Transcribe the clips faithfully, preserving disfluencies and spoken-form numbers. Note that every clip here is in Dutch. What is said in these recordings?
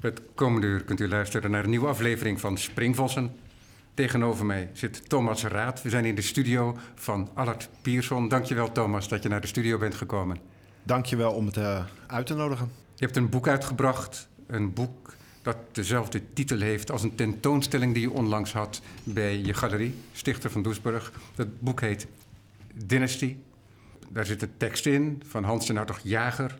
Het komende uur kunt u luisteren naar een nieuwe aflevering van Springvossen. Tegenover mij zit Thomas Raad. We zijn in de studio van Allard Pierson. Dankjewel Thomas dat je naar de studio bent gekomen. Dankjewel om het uh, uit te nodigen. Je hebt een boek uitgebracht. Een boek dat dezelfde titel heeft als een tentoonstelling die je onlangs had bij je galerie, Stichter van Doesburg. Dat boek heet Dynasty. Daar zit een tekst in van Hans den Hartog-Jager.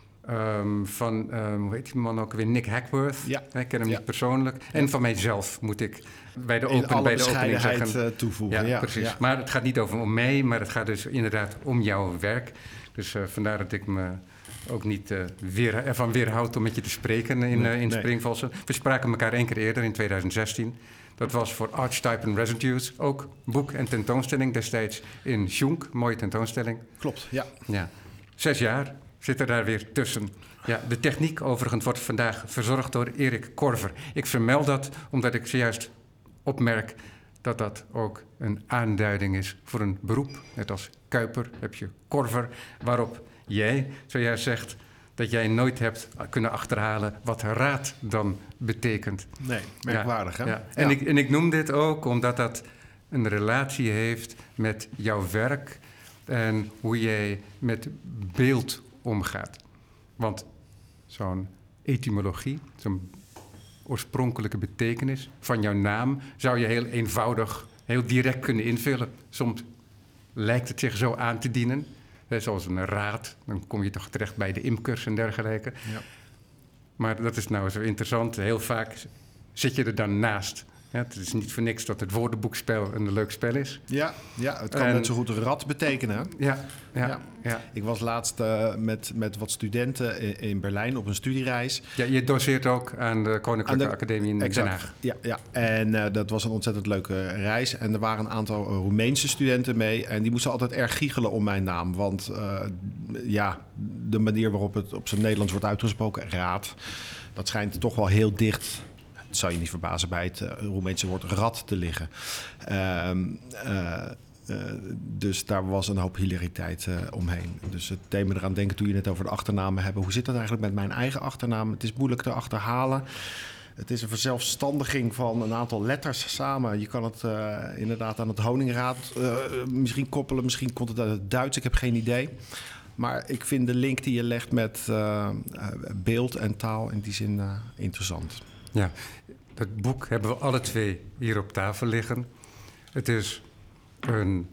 Um, van, um, hoe heet die man ook weer? Nick Hackworth. Ja. Ik ken hem ja. niet persoonlijk. En ja. van mijzelf moet ik bij de, In open, alle bij de opening zeggen. Uh, toevoegen. Ja, ja, precies. Ja. Maar het gaat niet over om mij, maar het gaat dus inderdaad om jouw werk. Dus uh, vandaar dat ik me ook niet uh, weer, ervan weerhoud om met je te spreken in, nee, uh, in nee. Springvossen. We spraken elkaar één keer eerder in twintig zestien. Dat was voor Archetype and Residues. Ook boek en tentoonstelling destijds in Schunk. Mooie tentoonstelling. Klopt, ja. ja. Zes jaar zit er daar weer tussen. Ja, de techniek overigens wordt vandaag verzorgd door Erik Korver. Ik vermeld dat omdat ik zojuist opmerk dat dat ook een aanduiding is voor een beroep. Net als Kuiper heb je Korver, waarop jij zojuist zegt dat jij nooit hebt kunnen achterhalen wat raad dan betekent. Nee, merkwaardig ja, hè? Ja. En, ja. ik, en ik noem dit ook omdat dat een relatie heeft met jouw werk en hoe jij met beeld omgaat. Want zo'n etymologie, zo'n oorspronkelijke betekenis van jouw naam zou je heel eenvoudig, heel direct kunnen invullen. Soms lijkt het zich zo aan te dienen, hè, zoals een raad. Dan kom je toch terecht bij de imkers en dergelijke. Ja. Maar dat is nou zo interessant. Heel vaak zit je er dan naast. Ja, het is niet voor niks dat het woordenboekspel een leuk spel is. Ja, ja het kan en, net zo goed rat betekenen. Ja, ja, ja. ja. Ik was laatst uh, met, met wat studenten in, in Berlijn op een studiereis. Ja, je doseert ook aan de Koninklijke aan de, Academie in exact. Den Haag. Ja, ja. en uh, dat was een ontzettend leuke reis. En er waren een aantal uh, Roemeense studenten mee. En die moesten altijd erg giechelen om mijn naam. Want uh, ja, de manier waarop het op zijn Nederlands wordt uitgesproken, raad, dat schijnt toch wel heel dicht. Het zou je niet verbazen bij het uh, Roemeense woord rat te liggen. Uh, uh, uh, dus daar was een hoop hilariteit uh, omheen. Dus het deed me eraan denken toen je het over de achternamen hebben. Hoe zit dat eigenlijk met mijn eigen achternaam? Het is moeilijk te achterhalen. Het is een verzelfstandiging van een aantal letters samen. Je kan het uh, inderdaad aan het honingraad uh, misschien koppelen. Misschien komt het uit het Duits, ik heb geen idee. Maar ik vind de link die je legt met uh, uh, beeld en taal in die zin uh, interessant. Ja, dat boek hebben we alle twee hier op tafel liggen. Het is een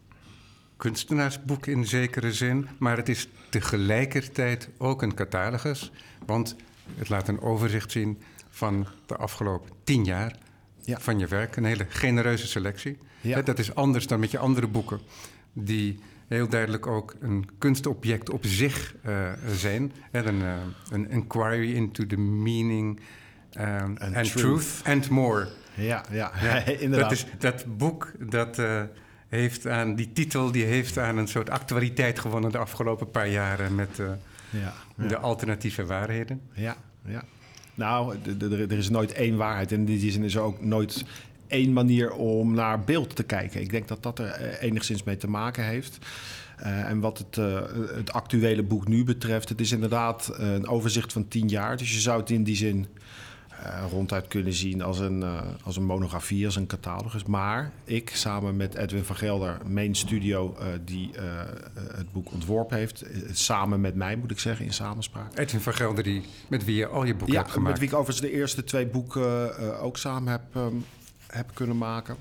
kunstenaarsboek in zekere zin, maar het is tegelijkertijd ook een catalogus. Want het laat een overzicht zien van de afgelopen tien jaar ja. van je werk. Een hele genereuze selectie. Ja. Dat is anders dan met je andere boeken, die heel duidelijk ook een kunstobject op zich uh, zijn. Een, uh, een inquiry into the meaning Um, and truth. truth and more. Ja, ja, ja inderdaad. Dat, is, dat boek dat uh, heeft aan die titel, die heeft aan een soort actualiteit gewonnen de afgelopen paar jaren met uh, ja, ja. de alternatieve waarheden. Ja, ja. Nou, d- d- er is nooit één waarheid en in die zin is er ook nooit één manier om naar beeld te kijken. Ik denk dat dat er enigszins mee te maken heeft. Uh, en wat het, uh, het actuele boek nu betreft, het is inderdaad een overzicht van tien jaar. Dus je zou het in die zin Uh, ronduit kunnen zien als een, uh, als een monografie, als een catalogus. Maar ik, samen met Edwin van Gelder, Main Studio, uh, die uh, uh, het boek ontworpen heeft, uh, samen met mij, moet ik zeggen, in samenspraak. Edwin van Gelder, die, met wie je al je boeken ja, hebt gemaakt. met wie ik overigens de eerste twee boeken uh, ook samen heb, um, heb kunnen maken.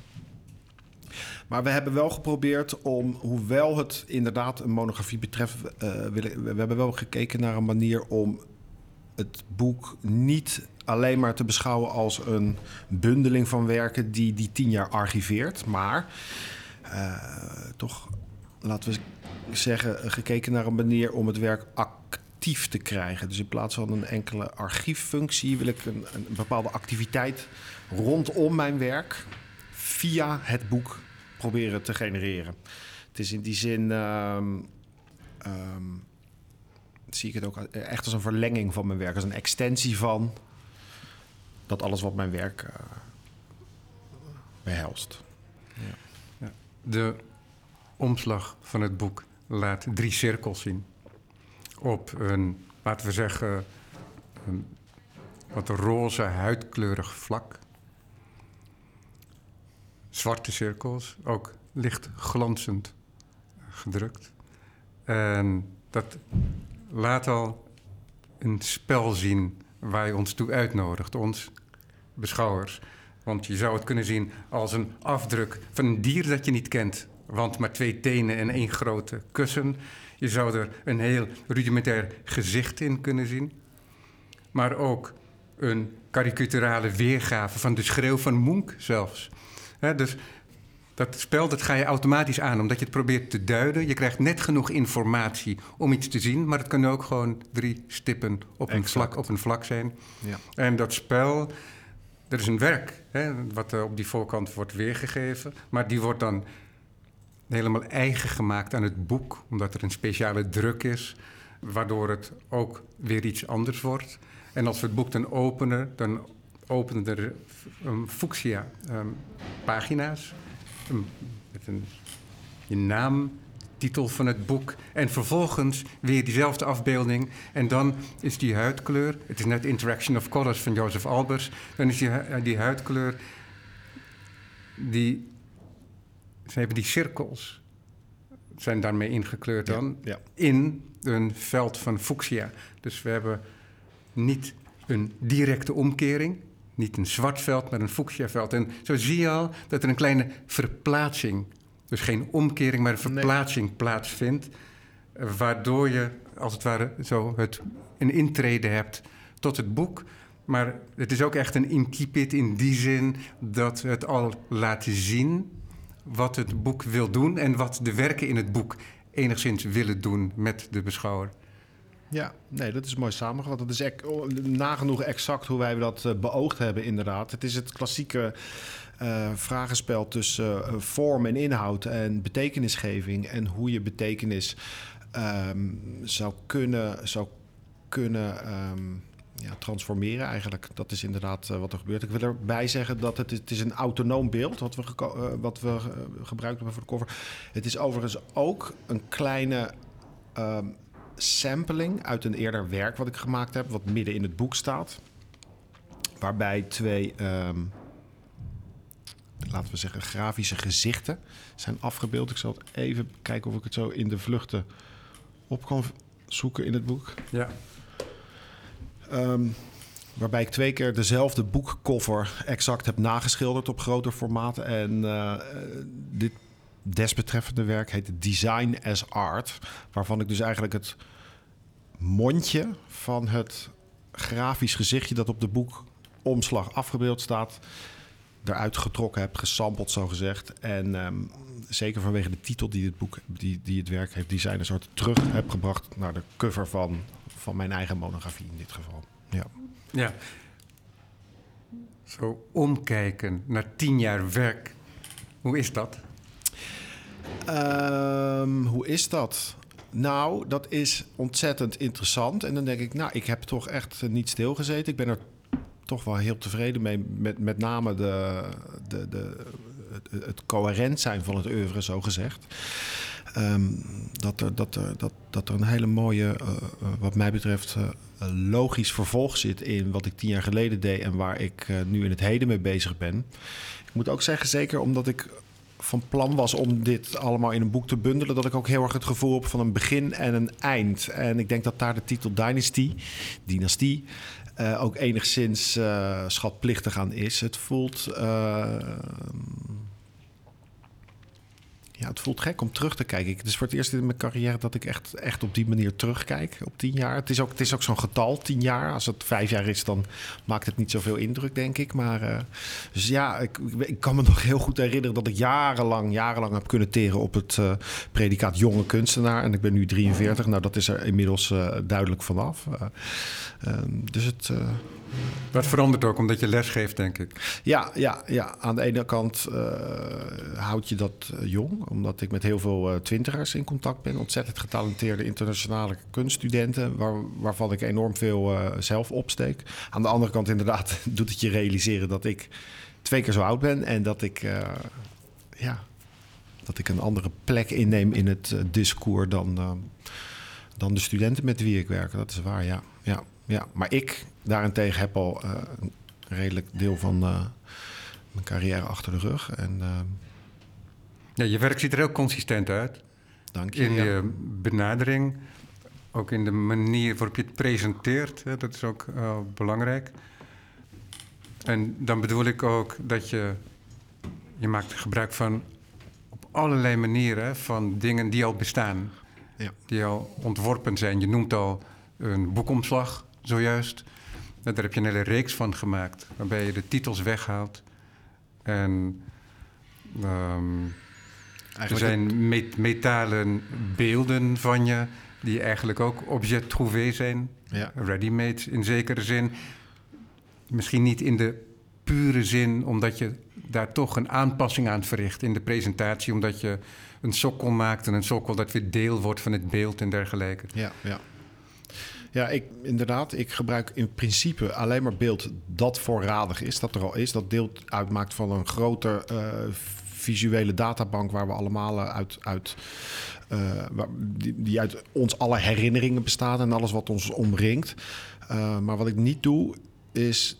Maar we hebben wel geprobeerd om, hoewel het inderdaad een monografie betreft, uh, willen, we hebben wel gekeken naar een manier om het boek niet alleen maar te beschouwen als een bundeling van werken die die tien jaar archiveert. Maar uh, toch, laten we zeggen, gekeken naar een manier om het werk actief te krijgen. Dus in plaats van een enkele archieffunctie wil ik een, een bepaalde activiteit rondom mijn werk via het boek proberen te genereren. Het is in die zin Um, um, zie ik het ook echt als een verlenging van mijn werk, als een extensie van dat alles wat mijn werk uh, behelst. Ja. Ja. De omslag van het boek laat drie cirkels zien. Op een, laten we zeggen, een wat roze huidkleurig vlak. Zwarte cirkels, ook licht glanzend gedrukt. En dat laat al een spel zien waar je ons toe uitnodigt, ons beschouwers. Want je zou het kunnen zien als een afdruk van een dier dat je niet kent. Want maar twee tenen en één grote kussen. Je zou er een heel rudimentair gezicht in kunnen zien. Maar ook een karikaturale weergave van de schreeuw van Munch zelfs. He, dus dat spel dat ga je automatisch aan, omdat je het probeert te duiden. Je krijgt net genoeg informatie om iets te zien, maar het kunnen ook gewoon drie stippen op, een vlak, op een vlak zijn. Ja. En dat spel, dat is een werk, hè, wat uh, op die voorkant wordt weergegeven. Maar die wordt dan helemaal eigen gemaakt aan het boek, omdat er een speciale druk is, waardoor het ook weer iets anders wordt. En als we het boek dan openen, dan openen er um, fuchsia um, pagina's. Um, met een, je naam, titel van het boek. En vervolgens weer diezelfde afbeelding. En dan is die huidkleur... Het is net Interaction of Colors van Joseph Albers. Dan is die, die huidkleur... Die, ze hebben die cirkels... zijn daarmee ingekleurd dan... Ja, ja. In een veld van fuchsia. Dus we hebben niet een directe omkering... Niet een zwart veld, maar een fuchsia-veld. En zo zie je al dat er een kleine verplaatsing... dus geen omkering, maar een verplaatsing nee. plaatsvindt... waardoor je, als het ware, zo het, een intrede hebt tot het boek. Maar het is ook echt een incipit in die zin... dat het al laat zien wat het boek wil doen... en wat de werken in het boek enigszins willen doen met de beschouwer. Ja, nee, dat is mooi samengevat. Dat is ec- nagenoeg exact hoe wij dat uh, beoogd hebben, inderdaad. Het is het klassieke uh, vragenspel tussen uh, vorm en inhoud en betekenisgeving... en hoe je betekenis um, zou kunnen, zou kunnen um, ja, transformeren eigenlijk. Dat is inderdaad uh, wat er gebeurt. Ik wil erbij zeggen dat het, het is een autonoom beeld... wat we, geko- uh, wat we uh, gebruikt hebben voor de cover. Het is overigens ook een kleine... Um, sampling uit een eerder werk wat ik gemaakt heb... wat midden in het boek staat. Waarbij twee, um, laten we zeggen, grafische gezichten zijn afgebeeld. Ik zal het even kijken of ik het zo in de vluchten op kan zoeken in het boek. Ja. Um, waarbij ik twee keer dezelfde boekcover exact heb nageschilderd op groter formaat. En uh, dit desbetreffende werk heet Design as Art. Waarvan ik dus eigenlijk het mondje van het grafisch gezichtje... dat op de boekomslag afgebeeld staat... eruit getrokken heb, gesampled zo gezegd. En um, zeker vanwege de titel die het boek, die, die het werk heeft... Design as Art terug heb gebracht naar de cover van, van mijn eigen monografie in dit geval. Ja. Ja. Zo omkijken naar tien jaar werk. Hoe is dat? Um, hoe is dat? Nou, dat is ontzettend interessant. En dan denk ik, nou, ik heb toch echt niet stilgezeten. Ik ben er toch wel heel tevreden mee. Met, met name de, de, de, het, het coherent zijn van het oeuvre, zo gezegd. Um, dat, er, dat, er, dat, dat er een hele mooie, uh, uh, wat mij betreft, uh, logisch vervolg zit in wat ik tien jaar geleden deed en waar ik uh, nu in het heden mee bezig ben. Ik moet ook zeggen, zeker omdat ik van plan was om dit allemaal in een boek te bundelen, dat ik ook heel erg het gevoel heb van een begin en een eind. En ik denk dat daar de titel Dynasty, dynastie, uh, ook enigszins uh, schatplichtig aan is. Het voelt... Uh, Ja, het voelt gek om terug te kijken. Het is voor het eerst in mijn carrière dat ik echt, echt op die manier terugkijk op tien jaar. Het is ook, het is ook zo'n getal, tien jaar. Als het vijf jaar is, dan maakt het niet zoveel indruk, denk ik. Maar uh, dus ja, ik, ik kan me nog heel goed herinneren dat ik jarenlang, jarenlang heb kunnen teren op het uh, predicaat jonge kunstenaar. En ik ben nu drieënveertig. Nou, dat is er inmiddels uh, duidelijk vanaf. Uh, uh, dus het... Uh, Dat verandert ook omdat je les geeft, denk ik. Ja, ja, ja. Aan de ene kant uh, houd je dat uh, jong, omdat ik met heel veel uh, twintigers in contact ben. Ontzettend getalenteerde internationale kunststudenten, waar, waarvan ik enorm veel uh, zelf opsteek. Aan de andere kant inderdaad doet het je realiseren dat ik twee keer zo oud ben en dat ik, uh, ja, dat ik een andere plek inneem in het uh, discours dan... Uh, dan de studenten met wie ik werk. Dat is waar, ja. ja, ja. Maar ik daarentegen heb al uh, een redelijk deel van uh, mijn carrière achter de rug. En, uh, ja, je werk ziet er heel consistent uit. Dank je. In ja. je benadering, ook in de manier waarop je het presenteert. Hè, dat is ook uh, belangrijk. En dan bedoel ik ook dat je... Je maakt gebruik van op allerlei manieren van dingen die al bestaan. Ja. Die al ontworpen zijn. Je noemt al een boekomslag zojuist. Daar heb je een hele reeks van gemaakt. Waarbij je de titels weghaalt. En um, er zijn met- metalen beelden van je... die eigenlijk ook objet trouvé zijn. Ja. Ready-made in zekere zin. Misschien niet in de pure zin, omdat je daar toch een aanpassing aan verricht in de presentatie. Omdat je een sokkel maakt en een sokkel dat weer deel wordt van het beeld en dergelijke. Ja, ja. Ja, ik, inderdaad. Ik gebruik in principe alleen maar beeld dat voorradig is, dat er al is. Dat deel uitmaakt van een grote uh, visuele databank waar we allemaal uh, uit... uit uh, waar, die, die uit ons alle herinneringen bestaat en alles wat ons omringt. Uh, maar wat ik niet doe, is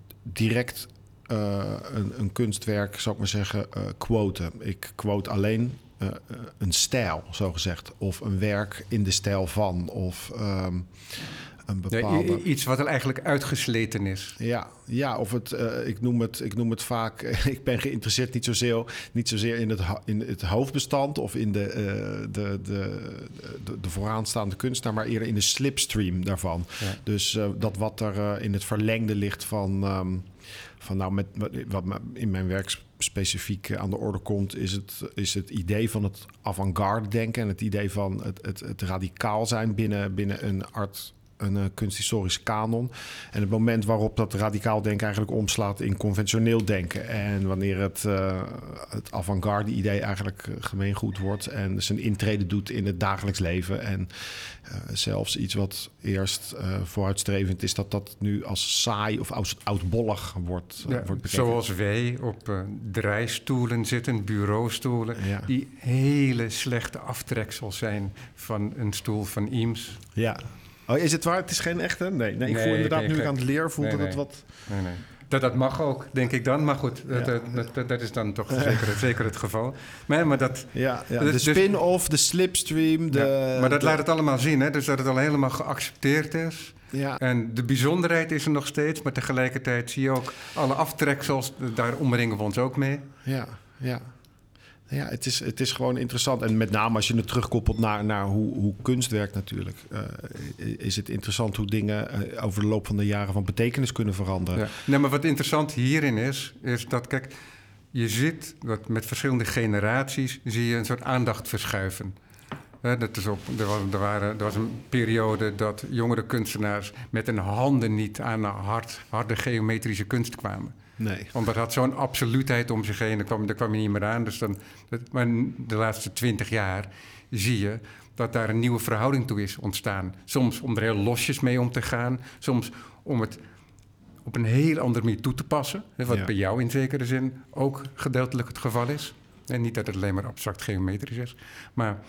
direct uh, een, een kunstwerk, zou ik maar zeggen, uh, quoten. Ik quote alleen uh, een stijl, zogezegd. Of een werk in de stijl van. Of um, een bepaalde... Ja, iets wat er eigenlijk uitgesleten is. Ja, ja of het, uh, ik, noem het, ik noem het vaak... ik ben geïnteresseerd niet zozeer, niet zozeer in, het, in het hoofdbestand... of in de, uh, de, de, de, de vooraanstaande kunstenaar... maar eerder in de slipstream daarvan. Ja. Dus uh, dat wat er uh, in het verlengde ligt van... Um, van nou, met, wat in mijn werk specifiek aan de orde komt... is het, is het idee van het avant-garde denken... en het idee van het, het, het radicaal zijn binnen, binnen een art... een uh, kunsthistorisch kanon. En het moment waarop dat radicaal denken eigenlijk omslaat in conventioneel denken. En wanneer het, uh, het avant-garde idee eigenlijk uh, gemeengoed wordt... en zijn intrede doet in het dagelijks leven. En uh, zelfs iets wat eerst uh, vooruitstrevend is... dat dat nu als saai of als oudbollig wordt, uh, ja, wordt bekeken. Zoals wij op uh, draaistoelen zitten, bureaustoelen... Ja. die hele slechte aftreksels zijn van een stoel van Eames. Ja. Oh, is het waar? Het is geen echte? Nee, nee ik nee, voel inderdaad nu ik aan het leren voelde nee, nee. dat wat... Nee, nee. Dat, dat mag ook, denk ik dan. Maar goed, ja. dat, dat, dat, dat is dan toch ja. zeker, zeker het geval. Maar, maar dat, ja, ja. Dat, de spin-off, dus, de slipstream. De, ja, maar dat de... laat het allemaal zien, hè? Dus dat het al helemaal geaccepteerd is. Ja. En de bijzonderheid is er nog steeds. Maar tegelijkertijd zie je ook alle aftreksels. Daar omringen we ons ook mee. Ja, ja. Ja, het is, het is gewoon interessant. En met name als je het terugkoppelt naar, naar hoe, hoe kunst werkt natuurlijk... Uh, is het interessant hoe dingen uh, over de loop van de jaren van betekenis kunnen veranderen. Ja. Nee, maar wat interessant hierin is, is dat... Kijk, je ziet dat met verschillende generaties zie je een soort aandacht verschuiven. Uh, dat is op, er, was, er, waren, er was een periode dat jongere kunstenaars met hun handen niet aan hard, harde geometrische kunst kwamen. Nee. Want dat had zo'n absoluutheid om zich heen, daar kwam, daar kwam je niet meer aan. Dus dan, dat, maar de laatste twintig jaar zie je dat daar een nieuwe verhouding toe is ontstaan. Soms om er heel losjes mee om te gaan. Soms om het op een heel andere manier toe te passen. Wat ja. bij jou in zekere zin ook gedeeltelijk het geval is. En niet dat het alleen maar abstract geometrisch is. Maar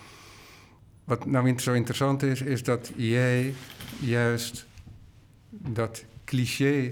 wat nou zo interessant is, is dat jij juist dat cliché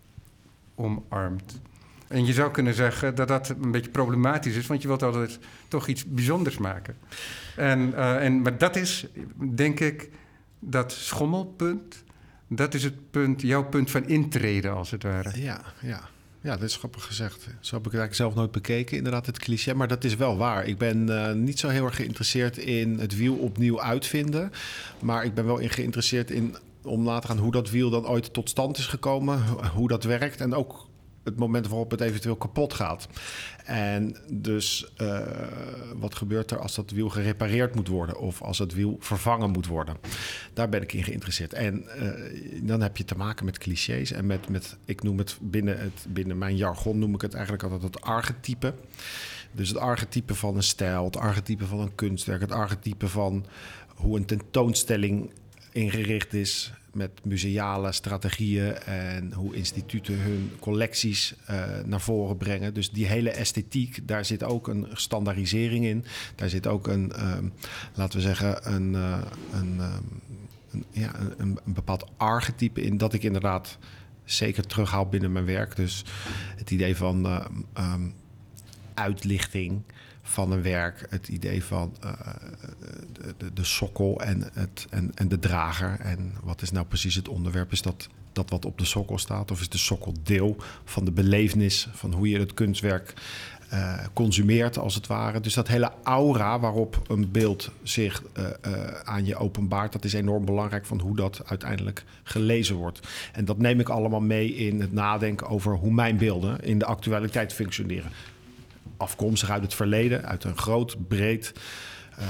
omarmt. En je zou kunnen zeggen dat dat een beetje problematisch is... want je wilt altijd toch iets bijzonders maken. En, uh, en, maar dat is, denk ik, dat schommelpunt... dat is het punt, jouw punt van intrede, als het ware. Ja, ja. Ja, dat is grappig gezegd. Zo heb ik het eigenlijk zelf nooit bekeken, inderdaad, het cliché. Maar dat is wel waar. Ik ben uh, niet zo heel erg geïnteresseerd in het wiel opnieuw uitvinden. Maar ik ben wel in geïnteresseerd in... om na te gaan hoe dat wiel dan ooit tot stand is gekomen, hoe dat werkt... en ook het moment waarop het eventueel kapot gaat. En dus uh, wat gebeurt er als dat wiel gerepareerd moet worden... of als het wiel vervangen moet worden? Daar ben ik in geïnteresseerd. En uh, dan heb je te maken met clichés... en met, met ik noem het binnen, het binnen mijn jargon... noem ik het eigenlijk altijd het archetype. Dus het archetype van een stijl, het archetype van een kunstwerk... het archetype van hoe een tentoonstelling ingericht is... met museale strategieën en hoe instituten hun collecties uh, naar voren brengen. Dus die hele esthetiek, daar zit ook een standaardisering in. Daar zit ook een, um, laten we zeggen, een, uh, een, um, een, ja, een, een bepaald archetype in dat ik inderdaad zeker terughaal binnen mijn werk. Dus het idee van uh, um, uitlichting van een werk, het idee van uh, de, de, de sokkel en, het, en, en de drager. En wat is nou precies het onderwerp? Is dat dat wat op de sokkel staat? Of is de sokkel deel van de belevenis van hoe je het kunstwerk uh, consumeert, als het ware? Dus dat hele aura waarop een beeld zich uh, uh, aan je openbaart, dat is enorm belangrijk van hoe dat uiteindelijk gelezen wordt. En dat neem ik allemaal mee in het nadenken over hoe mijn beelden in de actualiteit functioneren. Afkomstig uit het verleden, uit een groot, breed, uh,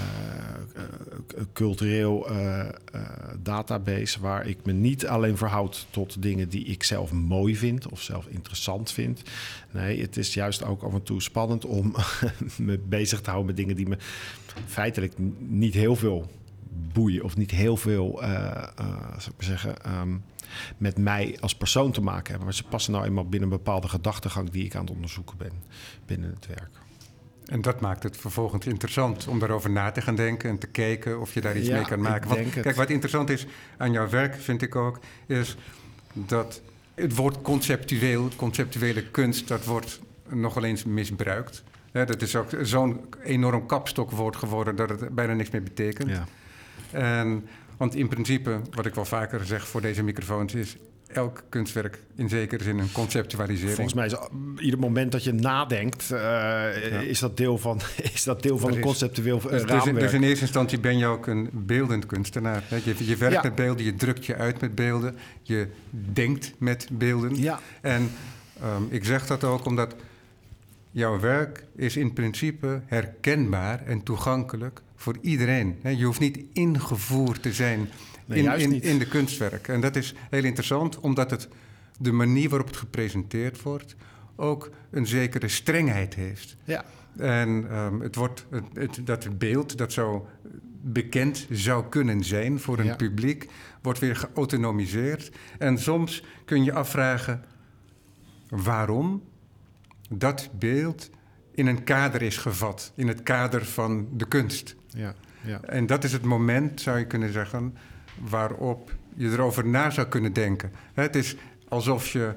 uh, cultureel uh, uh, database, waar ik me niet alleen verhoud tot dingen die ik zelf mooi vind of zelf interessant vind. Nee, het is juist ook af en toe spannend om me bezig te houden met dingen die me feitelijk niet heel veel boeien of niet heel veel, uh, uh, zou ik zeggen, um, met mij als persoon te maken hebben. Maar ze passen nou eenmaal binnen een bepaalde gedachtegang die ik aan het onderzoeken ben binnen het werk. En dat maakt het vervolgens interessant om daarover na te gaan denken en te kijken of je daar iets ja, mee kan maken. Want het. kijk, wat interessant is aan jouw werk, vind ik ook, is dat het woord conceptueel, conceptuele kunst, dat wordt nogal eens misbruikt. Ja, dat is ook zo'n enorm kapstokwoord geworden dat het bijna niks meer betekent. Ja. En, want in principe, wat ik wel vaker zeg voor deze microfoons, is elk kunstwerk in zekere zin een conceptualisering. Volgens mij is ieder moment dat je nadenkt, uh, ja. is dat deel van, is dat deel van dat een is, conceptueel dus, raamwerk. Dus, dus in eerste instantie ben je ook een beeldend kunstenaar. Je, je werkt ja. met beelden, je drukt je uit met beelden, je denkt met beelden. Ja. En um, ik zeg dat ook omdat jouw werk is in principe herkenbaar en toegankelijk voor iedereen. Je hoeft niet ingevoerd te zijn nee, in, in, niet. in de kunstwerk. En dat is heel interessant, omdat het de manier waarop het gepresenteerd wordt ook een zekere strengheid heeft. Ja. En um, het wordt, het, het, dat beeld dat zo bekend zou kunnen zijn voor een ja. publiek, wordt weer geautonomiseerd. En soms kun je afvragen waarom dat beeld in een kader is gevat, in het kader van de kunst. Ja, ja. En dat is het moment, zou je kunnen zeggen, waarop je erover na zou kunnen denken. Het is alsof je...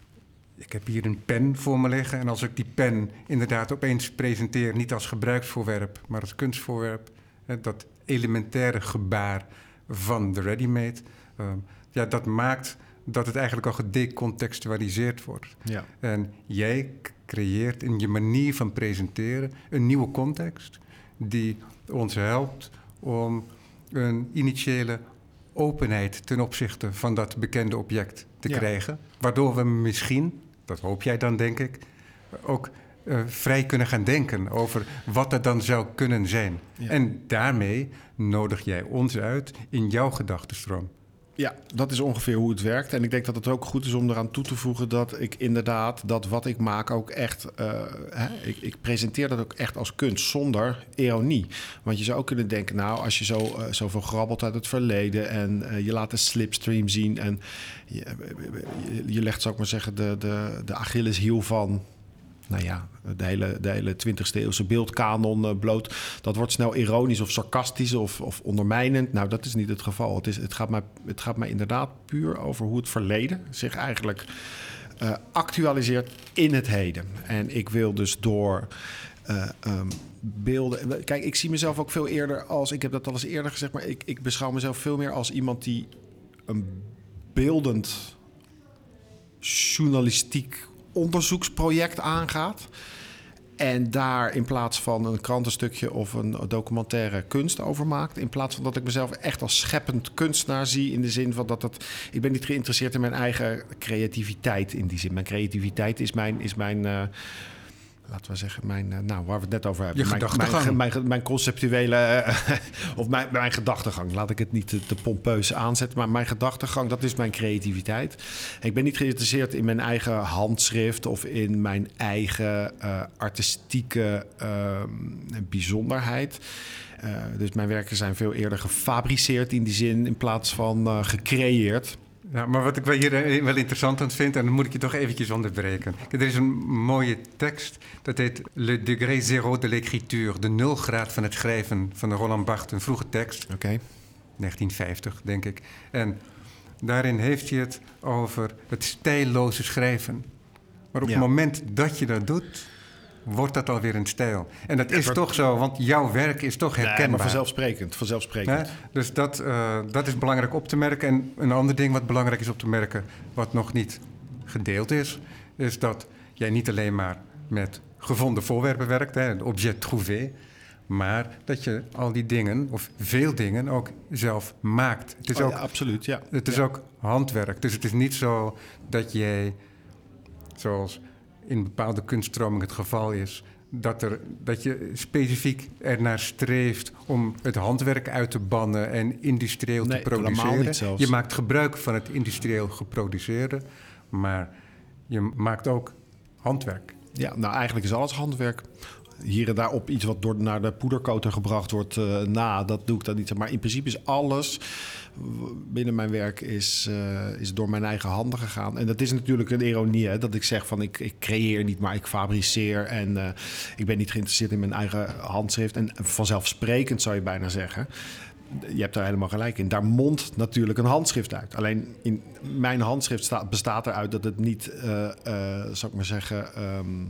Ik heb hier een pen voor me liggen en als ik die pen inderdaad opeens presenteer, niet als gebruiksvoorwerp, maar als kunstvoorwerp, dat elementaire gebaar van de ready-made, uh, ja, dat maakt dat het eigenlijk al gedecontextualiseerd wordt. Ja. En jij creëert in je manier van presenteren een nieuwe context die ons helpt om een initiële openheid ten opzichte van dat bekende object te ja. krijgen. Waardoor we misschien, dat hoop jij dan denk ik, ook uh, vrij kunnen gaan denken over wat er dan zou kunnen zijn. Ja. En daarmee nodig jij ons uit in jouw gedachtenstroom. Ja, dat is ongeveer hoe het werkt. En ik denk dat het ook goed is om eraan toe te voegen dat ik inderdaad dat wat ik maak ook echt... Uh, hè, ik, ik presenteer dat ook echt als kunst zonder ironie. Want je zou ook kunnen denken, nou, als je zo, uh, zoveel grabbelt uit het verleden en uh, je laat de slipstream zien en je, je, je legt, zou ik maar zeggen, de, de, de Achilleshiel van... Nou ja, de hele, de hele twintigste eeuwse beeldkanon uh, bloot. Dat wordt snel ironisch of sarcastisch of, of ondermijnend. Nou, dat is niet het geval. Het, is, het, gaat mij, het gaat mij inderdaad puur over hoe het verleden zich eigenlijk uh, actualiseert in het heden. En ik wil dus door uh, um, beelden... Kijk, ik zie mezelf ook veel eerder als... Ik heb dat al eens eerder gezegd, maar ik, ik beschouw mezelf veel meer als iemand die een beeldend journalistiek onderzoeksproject aangaat en daar in plaats van een krantenstukje of een documentaire kunst over maakt, in plaats van dat ik mezelf echt als scheppend kunstenaar zie in de zin van dat het... Ik ben niet geïnteresseerd in mijn eigen creativiteit in die zin. Mijn creativiteit is mijn... Is mijn uh, laten we zeggen, mijn, nou, waar we het net over hebben. Je mijn, gedachtegang. Mijn, mijn, mijn conceptuele... Uh, of mijn, mijn gedachtegang. Laat ik het niet te, te pompeus aanzetten. Maar mijn gedachtegang, dat is mijn creativiteit. Ik ben niet geïnteresseerd in mijn eigen handschrift... of in mijn eigen uh, artistieke uh, bijzonderheid. Uh, dus mijn werken zijn veel eerder gefabriceerd in die zin in plaats van uh, gecreëerd. Ja, maar wat ik wel hier wel interessant aan vind, en dan moet ik je toch eventjes onderbreken. Er is een mooie tekst, dat heet Le degré zéro de l'écriture, de nulgraad van het schrijven van Roland Barthes, een vroege tekst. Oké. Okay. negentien vijftig, denk ik. En daarin heeft hij het over het stijlloze schrijven. Maar op ja. het moment dat je dat doet, wordt dat alweer een stijl. En dat is ja, toch zo, want jouw werk is toch herkenbaar. Nee, maar vanzelfsprekend, vanzelfsprekend. Ja, dus dat, uh, dat is belangrijk op te merken. En een ander ding wat belangrijk is op te merken, wat nog niet gedeeld is, is dat jij niet alleen maar met gevonden voorwerpen werkt, hè, het objet trouvé, maar dat je al die dingen, of veel dingen, ook zelf maakt. Het is oh, ook, ja, absoluut, ja. Het is ja. ook handwerk. Dus het is niet zo dat jij, zoals in bepaalde kunststroming het geval is, dat, er, dat je specifiek ernaar streeft om het handwerk uit te bannen en industrieel nee, te produceren. Niet zelfs. Je maakt gebruik van het industrieel geproduceerde, maar je maakt ook handwerk. Ja, nou eigenlijk is alles handwerk. Hier en daar op iets wat door naar de poederkoter gebracht wordt uh, na, dat doe ik dan niet. Maar in principe is alles binnen mijn werk is, uh, is door mijn eigen handen gegaan. En dat is natuurlijk een ironie, hè, dat ik zeg van ik, ik creëer niet, maar ik fabriceer. En uh, ik ben niet geïnteresseerd in mijn eigen handschrift. En vanzelfsprekend zou je bijna zeggen. Je hebt daar helemaal gelijk in. Daar mondt natuurlijk een handschrift uit. Alleen in mijn handschrift staat, bestaat eruit dat het niet, uh, uh, zou ik maar zeggen, Um,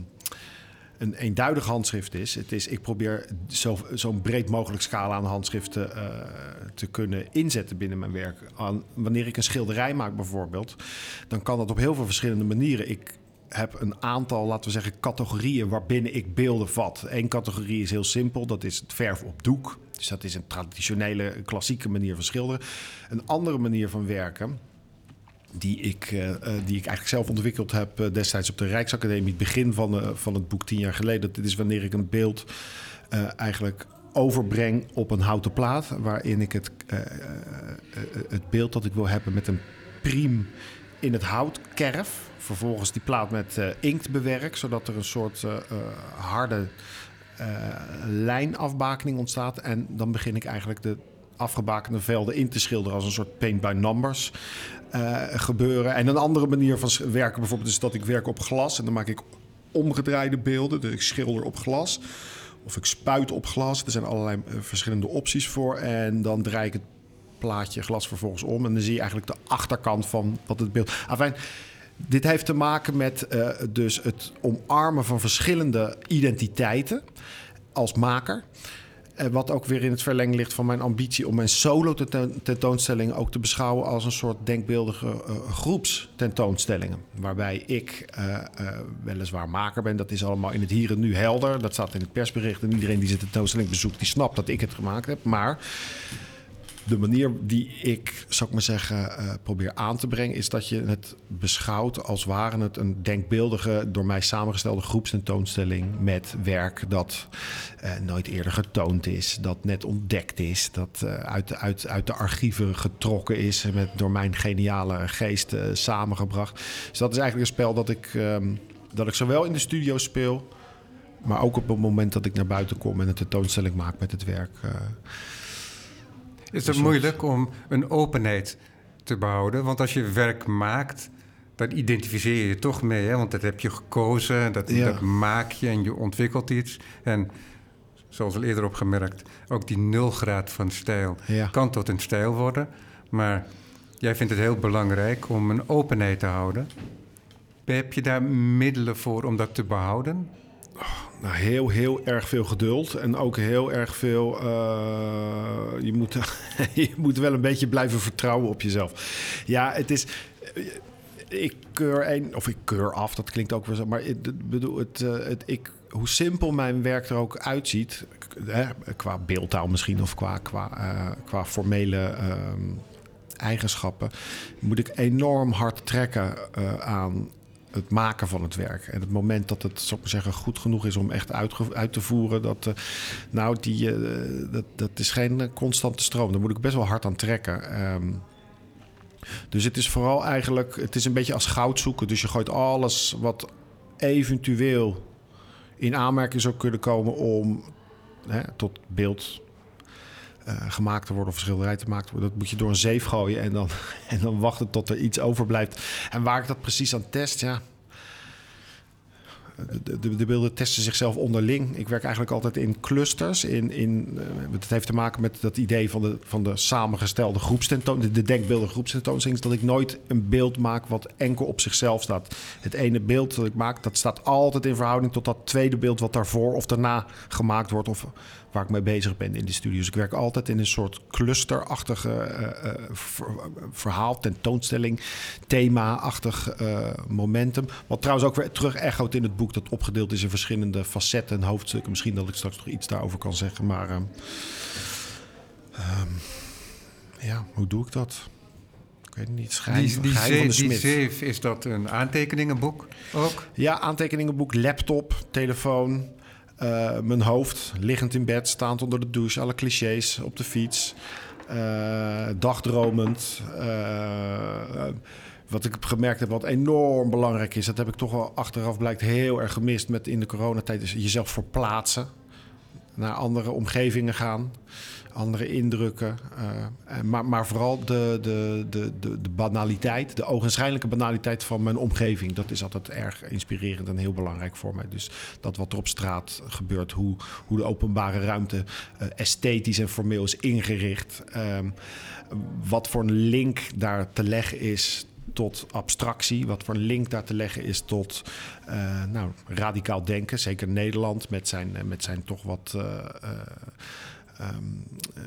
een eenduidig handschrift is. Het is ik probeer zo, zo'n breed mogelijk scala aan handschriften uh, te kunnen inzetten binnen mijn werk. Aan, wanneer ik een schilderij maak bijvoorbeeld, dan kan dat op heel veel verschillende manieren. Ik heb een aantal, laten we zeggen, categorieën waarbinnen ik beelden vat. Eén categorie is heel simpel, dat is het verf op doek. Dus dat is een traditionele, klassieke manier van schilderen. Een andere manier van werken, Die ik, uh, die ik eigenlijk zelf ontwikkeld heb uh, destijds op de Rijksacademie. Het begin van, uh, van het boek tien jaar geleden. Dat is wanneer ik een beeld uh, eigenlijk overbreng op een houten plaat. Waarin ik het, uh, uh, uh, het beeld dat ik wil hebben met een priem in het hout kerf. Vervolgens die plaat met uh, inkt bewerk. Zodat er een soort uh, uh, harde uh, lijnafbakening ontstaat. En dan begin ik eigenlijk de afgebakende velden in te schilderen als een soort paint by numbers uh, gebeuren. En een andere manier van werken bijvoorbeeld is dat ik werk op glas en dan maak ik omgedraaide beelden. Dus ik schilder op glas of ik spuit op glas. Er zijn allerlei uh, verschillende opties voor en dan draai ik het plaatje glas vervolgens om en dan zie je eigenlijk de achterkant van wat het beeld. Enfin, dit heeft te maken met uh, dus het omarmen van verschillende identiteiten als maker. Wat ook weer in het verlenging ligt van mijn ambitie om mijn solo-tentoonstellingen ook te beschouwen als een soort denkbeeldige uh, groepstentoonstellingen. Waarbij ik uh, uh, weliswaar maker ben. Dat is allemaal in het hier en nu helder. Dat staat in het persbericht. En iedereen die zijn tentoonstelling bezoekt, die snapt dat ik het gemaakt heb. Maar de manier die ik, zou ik maar zeggen, uh, probeer aan te brengen, is dat je het beschouwt als ware het een denkbeeldige, door mij samengestelde groepstentoonstelling met werk dat uh, nooit eerder getoond is, dat net ontdekt is, dat uh, uit, de, uit, uit de archieven getrokken is en met door mijn geniale geest uh, samengebracht. Dus dat is eigenlijk een spel dat ik, um, dat ik zowel in de studio speel, maar ook op het moment dat ik naar buiten kom en een tentoonstelling maak met het werk. Uh, Is het moeilijk om een openheid te behouden? Want als je werk maakt, dan identificeer je je toch mee. Hè? Want dat heb je gekozen, dat, ja. dat maak je en je ontwikkelt iets. En zoals al eerder opgemerkt, ook die nulgraad van stijl ja. kan tot een stijl worden. Maar jij vindt het heel belangrijk om een openheid te houden. Heb je daar middelen voor om dat te behouden? Oh, nou, heel, heel erg veel geduld. En ook heel erg veel... Uh, je, moet, je moet wel een beetje blijven vertrouwen op jezelf. Ja, het is... Ik keur een... Of ik keur af, dat klinkt ook weer zo. Maar ik bedoel, het, het, ik, hoe simpel mijn werk er ook uitziet... Hè, qua beeldtaal misschien of qua, qua, uh, qua formele uh, eigenschappen... moet ik enorm hard trekken uh, aan... het maken van het werk. En het moment dat het, zou ik maar zeggen, goed genoeg is om echt uit, uit te voeren, dat, uh, nou, die, uh, dat, dat is geen uh, constante stroom. Daar moet ik best wel hard aan trekken. Um, dus het is vooral eigenlijk, het is een beetje als goud zoeken. Dus je gooit alles wat eventueel in aanmerking zou kunnen komen om hè, tot beeld uh, gemaakt te worden of schilderij te maken worden. Dat moet je door een zeef gooien en dan, en dan wachten tot er iets overblijft. En waar ik dat precies aan test, ja... De, de, de beelden testen zichzelf onderling. Ik werk eigenlijk altijd in clusters. In, in, uh, het heeft te maken met dat idee van de, van de samengestelde groepstentoon, de, de denkbeelden groepstentoonstelling, dat ik nooit een beeld maak wat enkel op zichzelf staat. Het ene beeld dat ik maak, dat staat altijd in verhouding tot dat tweede beeld wat daarvoor of daarna gemaakt wordt of waar ik mee bezig ben in de studio. Dus ik werk altijd in een soort clusterachtige uh, uh, ver, verhaal, tentoonstelling, thema-achtig uh, momentum. Wat trouwens ook weer terug echoot in het boek dat opgedeeld is in verschillende facetten en hoofdstukken. Misschien dat ik straks nog iets daarover kan zeggen, maar uh, um, ja, hoe doe ik dat? Ik weet het niet. Schijn, die die, geheim van de zeef, die smid. zeef, is dat een aantekeningenboek ook? Ja, aantekeningenboek, laptop, telefoon. Uh, mijn hoofd, liggend in bed, staand onder de douche, alle clichés op de fiets, uh, dagdromend. Uh, wat ik gemerkt heb, wat enorm belangrijk is, dat heb ik toch wel achteraf blijkt heel erg gemist met in de coronatijd, is jezelf verplaatsen, naar andere omgevingen gaan, andere indrukken. Uh, maar, maar vooral de, de, de, de, de banaliteit, de ogenschijnlijke banaliteit van mijn omgeving. Dat is altijd erg inspirerend en heel belangrijk voor mij. Dus dat wat er op straat gebeurt, hoe, hoe de openbare ruimte uh, esthetisch en formeel is ingericht. Um, wat voor een link daar te leggen is tot abstractie, wat voor een link daar te leggen is tot uh, nou, radicaal denken. Zeker Nederland met zijn, met zijn toch wat uh, uh, um, uh,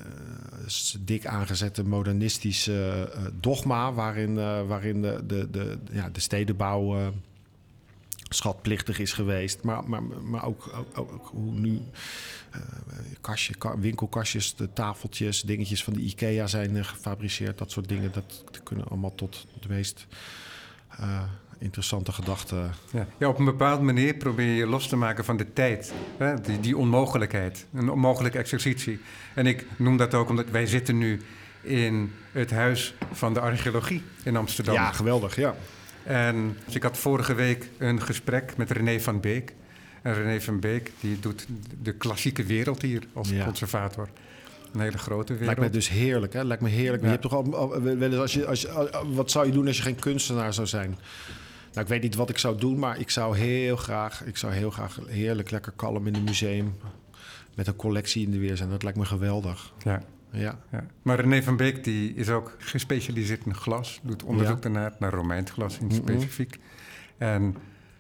dik aangezette modernistische uh, dogma, waarin, uh, waarin de, de, de, ja, de stedenbouw uh, schatplichtig is geweest. Maar, maar, maar ook, ook, ook hoe nu uh, kastje, winkelkastjes, de tafeltjes, dingetjes van de IKEA zijn uh, gefabriceerd. Dat soort dingen, dat, dat kunnen allemaal tot de meest uh, interessante gedachten. Ja. ja, op een bepaalde manier probeer je je los te maken van de tijd. Hè? Die, die onmogelijkheid, een onmogelijke exercitie. En ik noem dat ook omdat wij zitten nu in het Huis van de Archeologie in Amsterdam. Ja, geweldig, ja. En dus ik had vorige week een gesprek met René van Beek. En René van Beek die doet de klassieke wereld hier als ja. conservator. Een hele grote wereld. Lijkt me dus heerlijk, hè? Lijkt me heerlijk. Ja. Je hebt toch al, al wel eens als je, als je, wat zou je doen als je geen kunstenaar zou zijn? Nou, ik weet niet wat ik zou doen, maar ik zou heel graag, ik zou heel graag heerlijk, lekker kalm in een museum met een collectie in de weer zijn. Dat lijkt me geweldig. Ja. Ja. Ja. Maar René van Beek die is ook gespecialiseerd in glas. Doet onderzoek ja. daarnaar, naar Romeins glas in mm-hmm. specifiek. En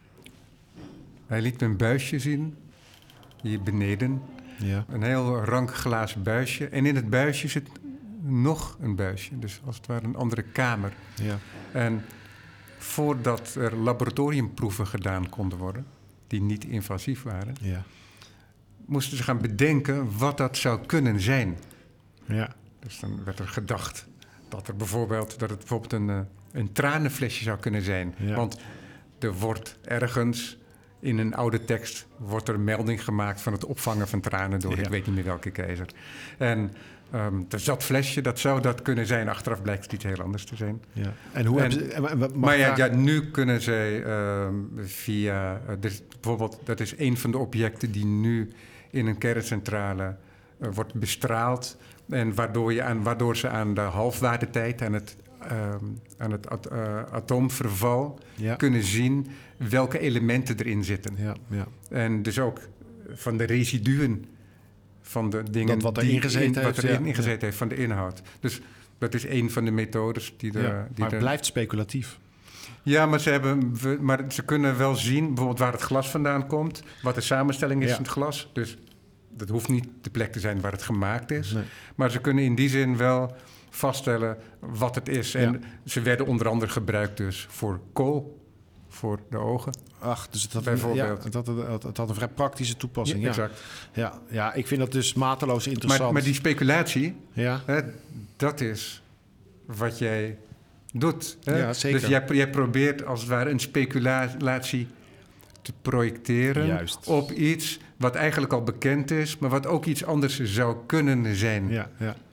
hij liet me een buisje zien, hier beneden. Ja. Een heel rank glazen buisje. En in het buisje zit nog een buisje. Dus als het ware een andere kamer. Ja. En voordat er laboratoriumproeven gedaan konden worden, die niet invasief waren, ja. moesten ze gaan bedenken wat dat zou kunnen zijn. Ja. Dus dan werd er gedacht dat er bijvoorbeeld dat het bijvoorbeeld een, een tranenflesje zou kunnen zijn. Ja. Want er wordt ergens in een oude tekst wordt er melding gemaakt van het opvangen van tranen door ja. ik weet niet meer welke keizer. En um, dus dat flesje, dat zou dat kunnen zijn. Achteraf blijkt het iets heel anders te zijn. Ja. En hoe en, hebben ze, en, maar ja, ja, nu kunnen zij um, via uh, dus bijvoorbeeld dat is een van de objecten die nu in een kerncentrale uh, wordt bestraald. En waardoor, je aan, waardoor ze aan de halfwaardetijd, aan het, um, aan het at, uh, atoomverval, ja. kunnen zien welke elementen erin zitten. Ja, ja. En dus ook van de residuen van de dingen dat wat er die ingezeten in, heeft, wat erin ja. ingezeten ja. heeft van de inhoud. Dus dat is een van de methodes die er... Ja, die maar het er, blijft speculatief. Ja, maar ze, hebben, maar ze kunnen wel zien bijvoorbeeld waar het glas vandaan komt, wat de samenstelling is ja. van het glas. Dus dat hoeft niet de plek te zijn waar het gemaakt is. Nee. Maar ze kunnen in die zin wel vaststellen wat het is. En ja. ze werden onder andere gebruikt dus voor kool, voor de ogen. Ach, dus het had, bijvoorbeeld. Ja, het, had, het, het had een vrij praktische toepassing. Ja, ja. exact. Ja, ja, ik vind dat dus mateloos interessant. Maar, maar die speculatie, ja. hè, dat is wat jij doet. Hè? Ja, zeker. Dus jij, jij probeert als het ware een speculatie te projecteren Juist. op iets wat eigenlijk al bekend is, maar wat ook iets anders zou kunnen zijn. Ja, ja.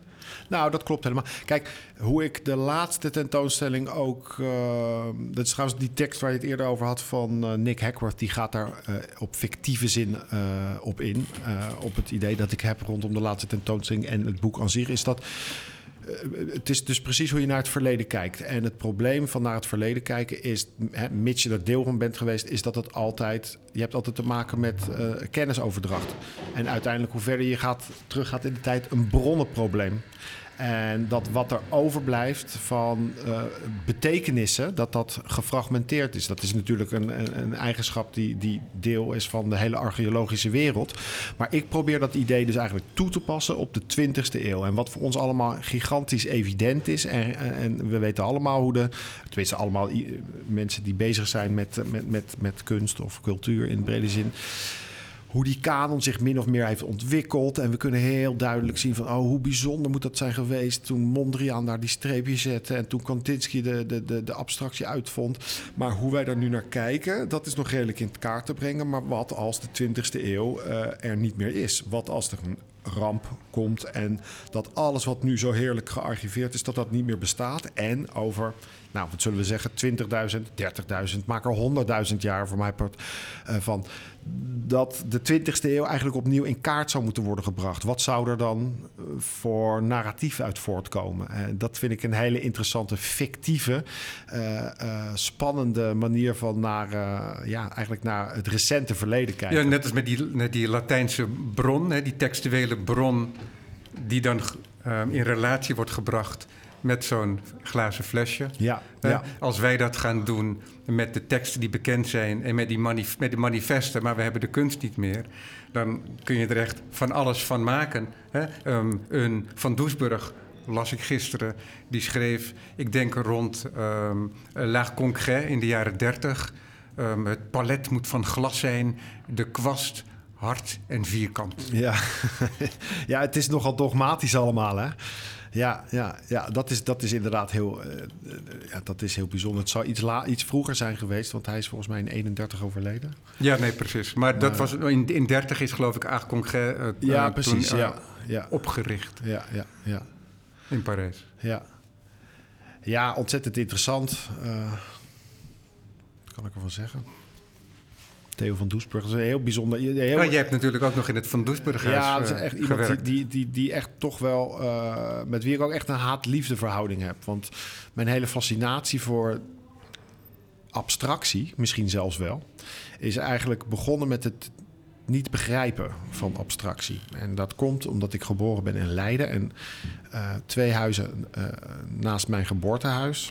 Nou, dat klopt helemaal. Kijk, hoe ik de laatste tentoonstelling ook... Uh, dat is trouwens die tekst waar je het eerder over had van uh, Nick Hackworth. Die gaat daar uh, op fictieve zin uh, op in. Uh, op het idee dat ik heb rondom de laatste tentoonstelling en het boek aan zich is dat... Het is dus precies hoe je naar het verleden kijkt. En het probleem van naar het verleden kijken is, hè, mits je er deel van bent geweest, is dat het altijd, je hebt altijd te maken met uh, kennisoverdracht. En uiteindelijk, hoe verder je gaat, teruggaat in de tijd, een bronnenprobleem. En dat wat er overblijft van uh, betekenissen, dat dat gefragmenteerd is. Dat is natuurlijk een, een, een eigenschap die, die deel is van de hele archeologische wereld. Maar ik probeer dat idee dus eigenlijk toe te passen op de twintigste eeuw. En wat voor ons allemaal gigantisch evident is. En, en we weten allemaal hoe de... Tenminste, allemaal mensen die bezig zijn met, met, met, met kunst of cultuur in de brede zin... hoe die kanon zich min of meer heeft ontwikkeld. En we kunnen heel duidelijk zien van... oh, hoe bijzonder moet dat zijn geweest... toen Mondriaan daar die streepje zette... en toen Kandinsky de, de, de, de abstractie uitvond. Maar hoe wij daar nu naar kijken... dat is nog redelijk in het kaart te brengen. Maar wat als de twintigste eeuw uh, er niet meer is? Wat als er een ramp komt... en dat alles wat nu zo heerlijk gearchiveerd is... dat dat niet meer bestaat. En over... nou, wat zullen we zeggen, twintigduizend, dertigduizend, maak er honderdduizend jaar voor mij part, uh, van... dat de twintigste eeuw eigenlijk opnieuw in kaart zou moeten worden gebracht. Wat zou er dan uh, voor narratief uit voortkomen? Uh, dat vind ik een hele interessante, fictieve, uh, uh, spannende manier van naar, uh, ja, eigenlijk naar het recente verleden kijken. Ja, net als met die, met die Latijnse bron, hè, die textuele bron... die dan uh, in relatie wordt gebracht... met zo'n glazen flesje. Ja, uh, ja. Als wij dat gaan doen met de teksten die bekend zijn... en met, die manif- met de manifesten, maar we hebben de kunst niet meer... dan kun je er echt van alles van maken. Hè? Um, een Van Doesburg, las ik gisteren, die schreef... ik denk rond um, Laag Concret in de jaren dertig... Um, het palet moet van glas zijn, de kwast... hard en vierkant. Ja. Ja, het is nogal dogmatisch allemaal, hè? Ja, ja, ja dat, is, dat is inderdaad heel, uh, uh, ja, dat is heel bijzonder. Het zou iets, la- iets vroeger zijn geweest, want hij is volgens mij in eenendertig overleden. Ja, nee, precies. Maar dat uh, was in, in dertig is geloof ik Aag Concret uh, ja, uh, precies, toen, uh, ja, ja. opgericht. Ja, ja, ja. In Parijs. Ja, ja ontzettend interessant. Uh, wat kan ik ervan zeggen? Theo van Doesburg is een heel bijzonder... Heel... Ja, jij hebt natuurlijk ook nog in het Van Doesburghuis Ja, dat is echt uh, iemand gewerkt. die, die, die echt toch wel... Uh, met wie ik ook echt een haat-liefde verhouding heb. Want mijn hele fascinatie voor abstractie, misschien zelfs wel... is eigenlijk begonnen met het niet begrijpen van abstractie. En dat komt omdat ik geboren ben in Leiden... en uh, twee huizen uh, naast mijn geboortehuis...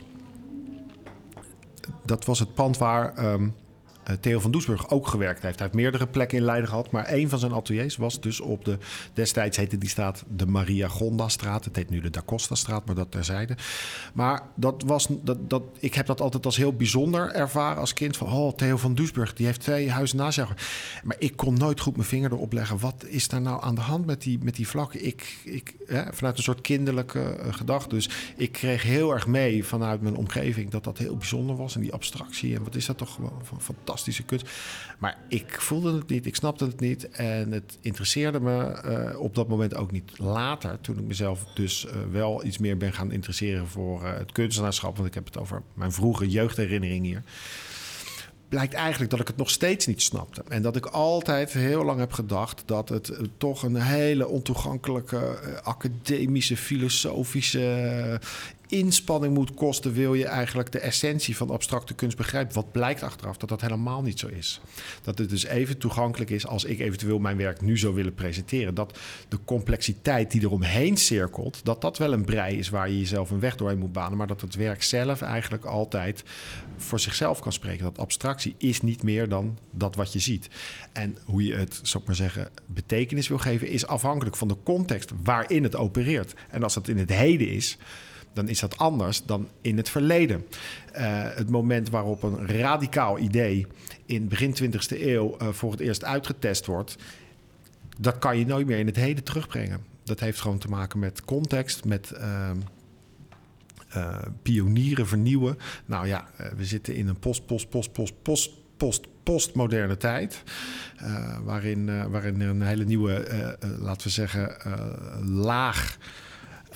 dat was het pand waar... Um, Theo van Doesburg ook gewerkt heeft. Hij heeft meerdere plekken in Leiden gehad, maar één van zijn ateliers was dus op de... destijds heette die straat de Maria Gonda-straat. Het heet nu de Da Costa-straat, maar dat terzijde. Maar dat was, dat, dat, ik heb dat altijd als heel bijzonder ervaren als kind. Van, oh, Theo van Doesburg, die heeft twee huizen naast jou. Maar ik kon nooit goed mijn vinger erop leggen. Wat is daar nou aan de hand met die, met die vlakken? Ik, ik, hè, vanuit een soort kinderlijke uh, gedachte. Dus ik kreeg heel erg mee vanuit mijn omgeving dat dat heel bijzonder was. En die abstractie. En wat is dat toch gewoon fantastisch. Kunst. Maar ik voelde het niet, ik snapte het niet en het interesseerde me uh, op dat moment ook niet. Later, toen ik mezelf dus uh, wel iets meer ben gaan interesseren voor uh, het kunstenaarschap, want ik heb het over mijn vroege jeugdherinnering hier, blijkt eigenlijk dat ik het nog steeds niet snapte. En dat ik altijd heel lang heb gedacht dat het uh, toch een hele ontoegankelijke, uh, academische, filosofische uh, inspanning moet kosten, wil je eigenlijk de essentie van abstracte kunst begrijpen. Wat blijkt achteraf dat dat helemaal niet zo is. Dat het dus even toegankelijk is als ik eventueel mijn werk nu zou willen presenteren. Dat de complexiteit die eromheen cirkelt, dat dat wel een brei is waar je jezelf een weg doorheen moet banen, maar dat het werk zelf eigenlijk altijd voor zichzelf kan spreken. Dat abstractie is niet meer dan dat wat je ziet. En hoe je het, zou ik maar zeggen, betekenis wil geven, is afhankelijk van de context waarin het opereert. En als het in het heden is, dan is dat anders dan in het verleden. Uh, het moment waarop een radicaal idee in begin twintigste eeuw uh, voor het eerst uitgetest wordt, dat kan je nooit meer in het heden terugbrengen. Dat heeft gewoon te maken met context, met uh, uh, pionieren, vernieuwen. Nou ja, uh, we zitten in een post, post, post, post, post, post, postmoderne tijd, uh, waarin, uh, waarin er een hele nieuwe, uh, uh, laten we zeggen, uh, laag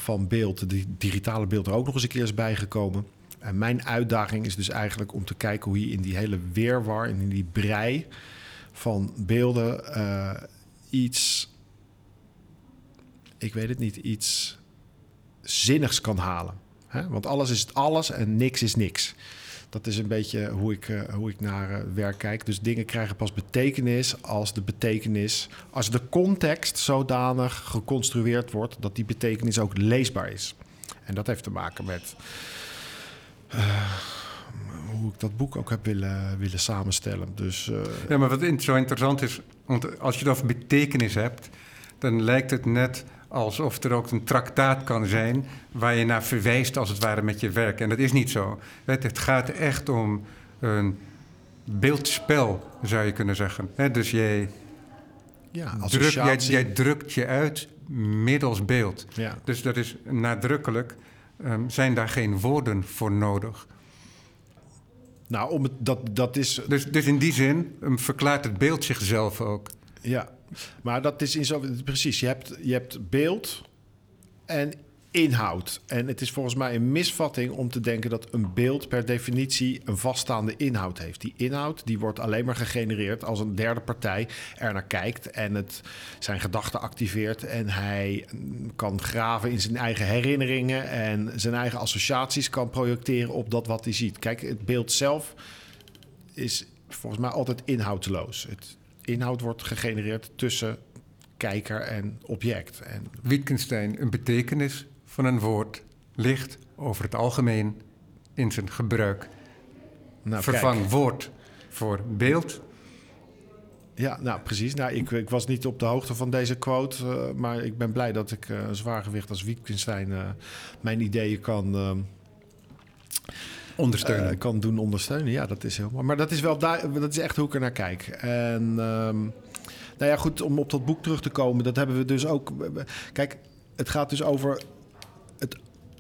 van beeld, de digitale beeld er ook nog eens een keer is bijgekomen. En mijn uitdaging is dus eigenlijk om te kijken hoe je in die hele weerwar, in die brei van beelden uh, iets, ik weet het niet, iets zinnigs kan halen. Hè? Want alles is het alles en niks is niks. Dat is een beetje hoe ik, uh, hoe ik naar uh, werk kijk. Dus dingen krijgen pas betekenis als de betekenis, als de context zodanig geconstrueerd wordt dat die betekenis ook leesbaar is. En dat heeft te maken met uh, hoe ik dat boek ook heb willen, willen samenstellen. Dus, uh, ja, maar wat zo interessant is, want als je het over betekenis hebt, dan lijkt het net alsof er ook een traktaat kan zijn waar je naar verwijst als het ware met je werk. En dat is niet zo. Het gaat echt om een beeldspel, zou je kunnen zeggen. Dus jij, ja, druk, jij, jij drukt je uit middels beeld. Ja. Dus dat is nadrukkelijk. Um, zijn daar geen woorden voor nodig? Nou, om het, dat, dat is... Dus, dus in die zin um, verklaart het beeld zichzelf ook. Ja, maar dat is in zo... Precies, je hebt, je hebt beeld en inhoud. En het is volgens mij een misvatting om te denken dat een beeld per definitie een vaststaande inhoud heeft. Die inhoud die wordt alleen maar gegenereerd als een derde partij er naar kijkt en het zijn gedachten activeert. En hij kan graven in zijn eigen herinneringen en zijn eigen associaties kan projecteren op dat wat hij ziet. Kijk, het beeld zelf is volgens mij altijd inhoudloos. Het inhoud wordt gegenereerd tussen kijker en object. En Wittgenstein, een betekenis van een woord ligt over het algemeen in zijn gebruik. Nou, Vervang kijk. woord voor beeld. Ja, nou precies. Nou, ik, ik was niet op de hoogte van deze quote, uh, maar ik ben blij dat ik uh, een zwaargewicht als Wittgenstein uh, mijn ideeën kan uh, ondersteunen. Uh, kan doen ondersteunen. Ja, dat is heel mooi. Maar dat is wel du- dat is echt hoe ik er naar kijk. En um, nou ja, goed, om op dat boek terug te komen, dat hebben we dus ook. Kijk, het gaat dus over het.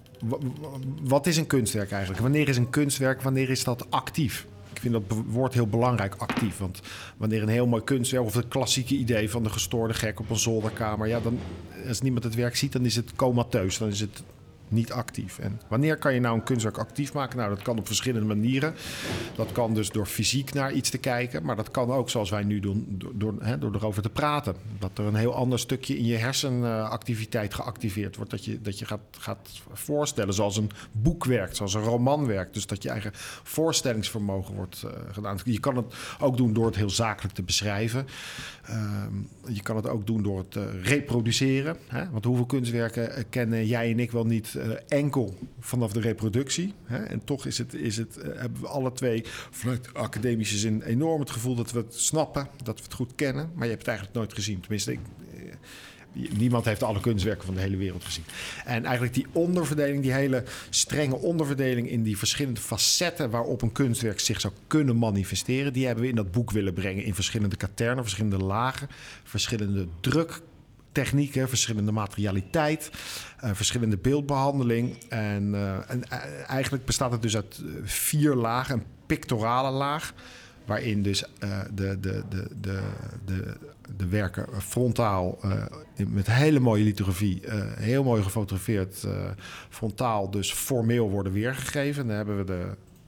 Wat is een kunstwerk eigenlijk? Wanneer is een kunstwerk? Wanneer is dat actief? Ik vind dat woord heel belangrijk, actief. Want wanneer een heel mooi kunstwerk of het klassieke idee van de gestoorde gek op een zolderkamer, ja, dan als niemand het werk ziet, dan is het comateus, dan is het niet actief. En wanneer kan je nou een kunstwerk actief maken? Nou, dat kan op verschillende manieren. Dat kan dus door fysiek naar iets te kijken, maar dat kan ook, zoals wij nu doen, door, door, hè, door erover te praten. Dat er een heel ander stukje in je hersenactiviteit geactiveerd wordt. Dat je, dat je gaat, gaat voorstellen, zoals een boek werkt, zoals een roman werkt. Dus dat je eigen voorstellingsvermogen wordt uh, gedaan. Je kan het ook doen door het heel zakelijk te beschrijven. Uh, je kan het ook doen door het uh, reproduceren. Hè? Want hoeveel kunstwerken uh, kennen jij en ik wel niet uh, enkel vanaf de reproductie? Hè? En toch is het, is het, uh, hebben we alle twee vanuit academische zin enorm het gevoel dat we het snappen, dat we het goed kennen. Maar je hebt het eigenlijk nooit gezien. Tenminste, ik, uh, niemand heeft alle kunstwerken van de hele wereld gezien. En eigenlijk die onderverdeling, die hele strenge onderverdeling in die verschillende facetten waarop een kunstwerk zich zou kunnen manifesteren, die hebben we in dat boek willen brengen in verschillende katernen, verschillende lagen, verschillende druktechnieken, verschillende materialiteit, uh, verschillende beeldbehandeling. En, uh, en uh, eigenlijk bestaat het dus uit uh, vier lagen. Een pictorale laag, waarin dus uh, de, de, de, de, de, de werken frontaal, uh, met hele mooie lithografie, uh, heel mooi gefotografeerd, uh, frontaal dus formeel worden weergegeven. Dan hebben we de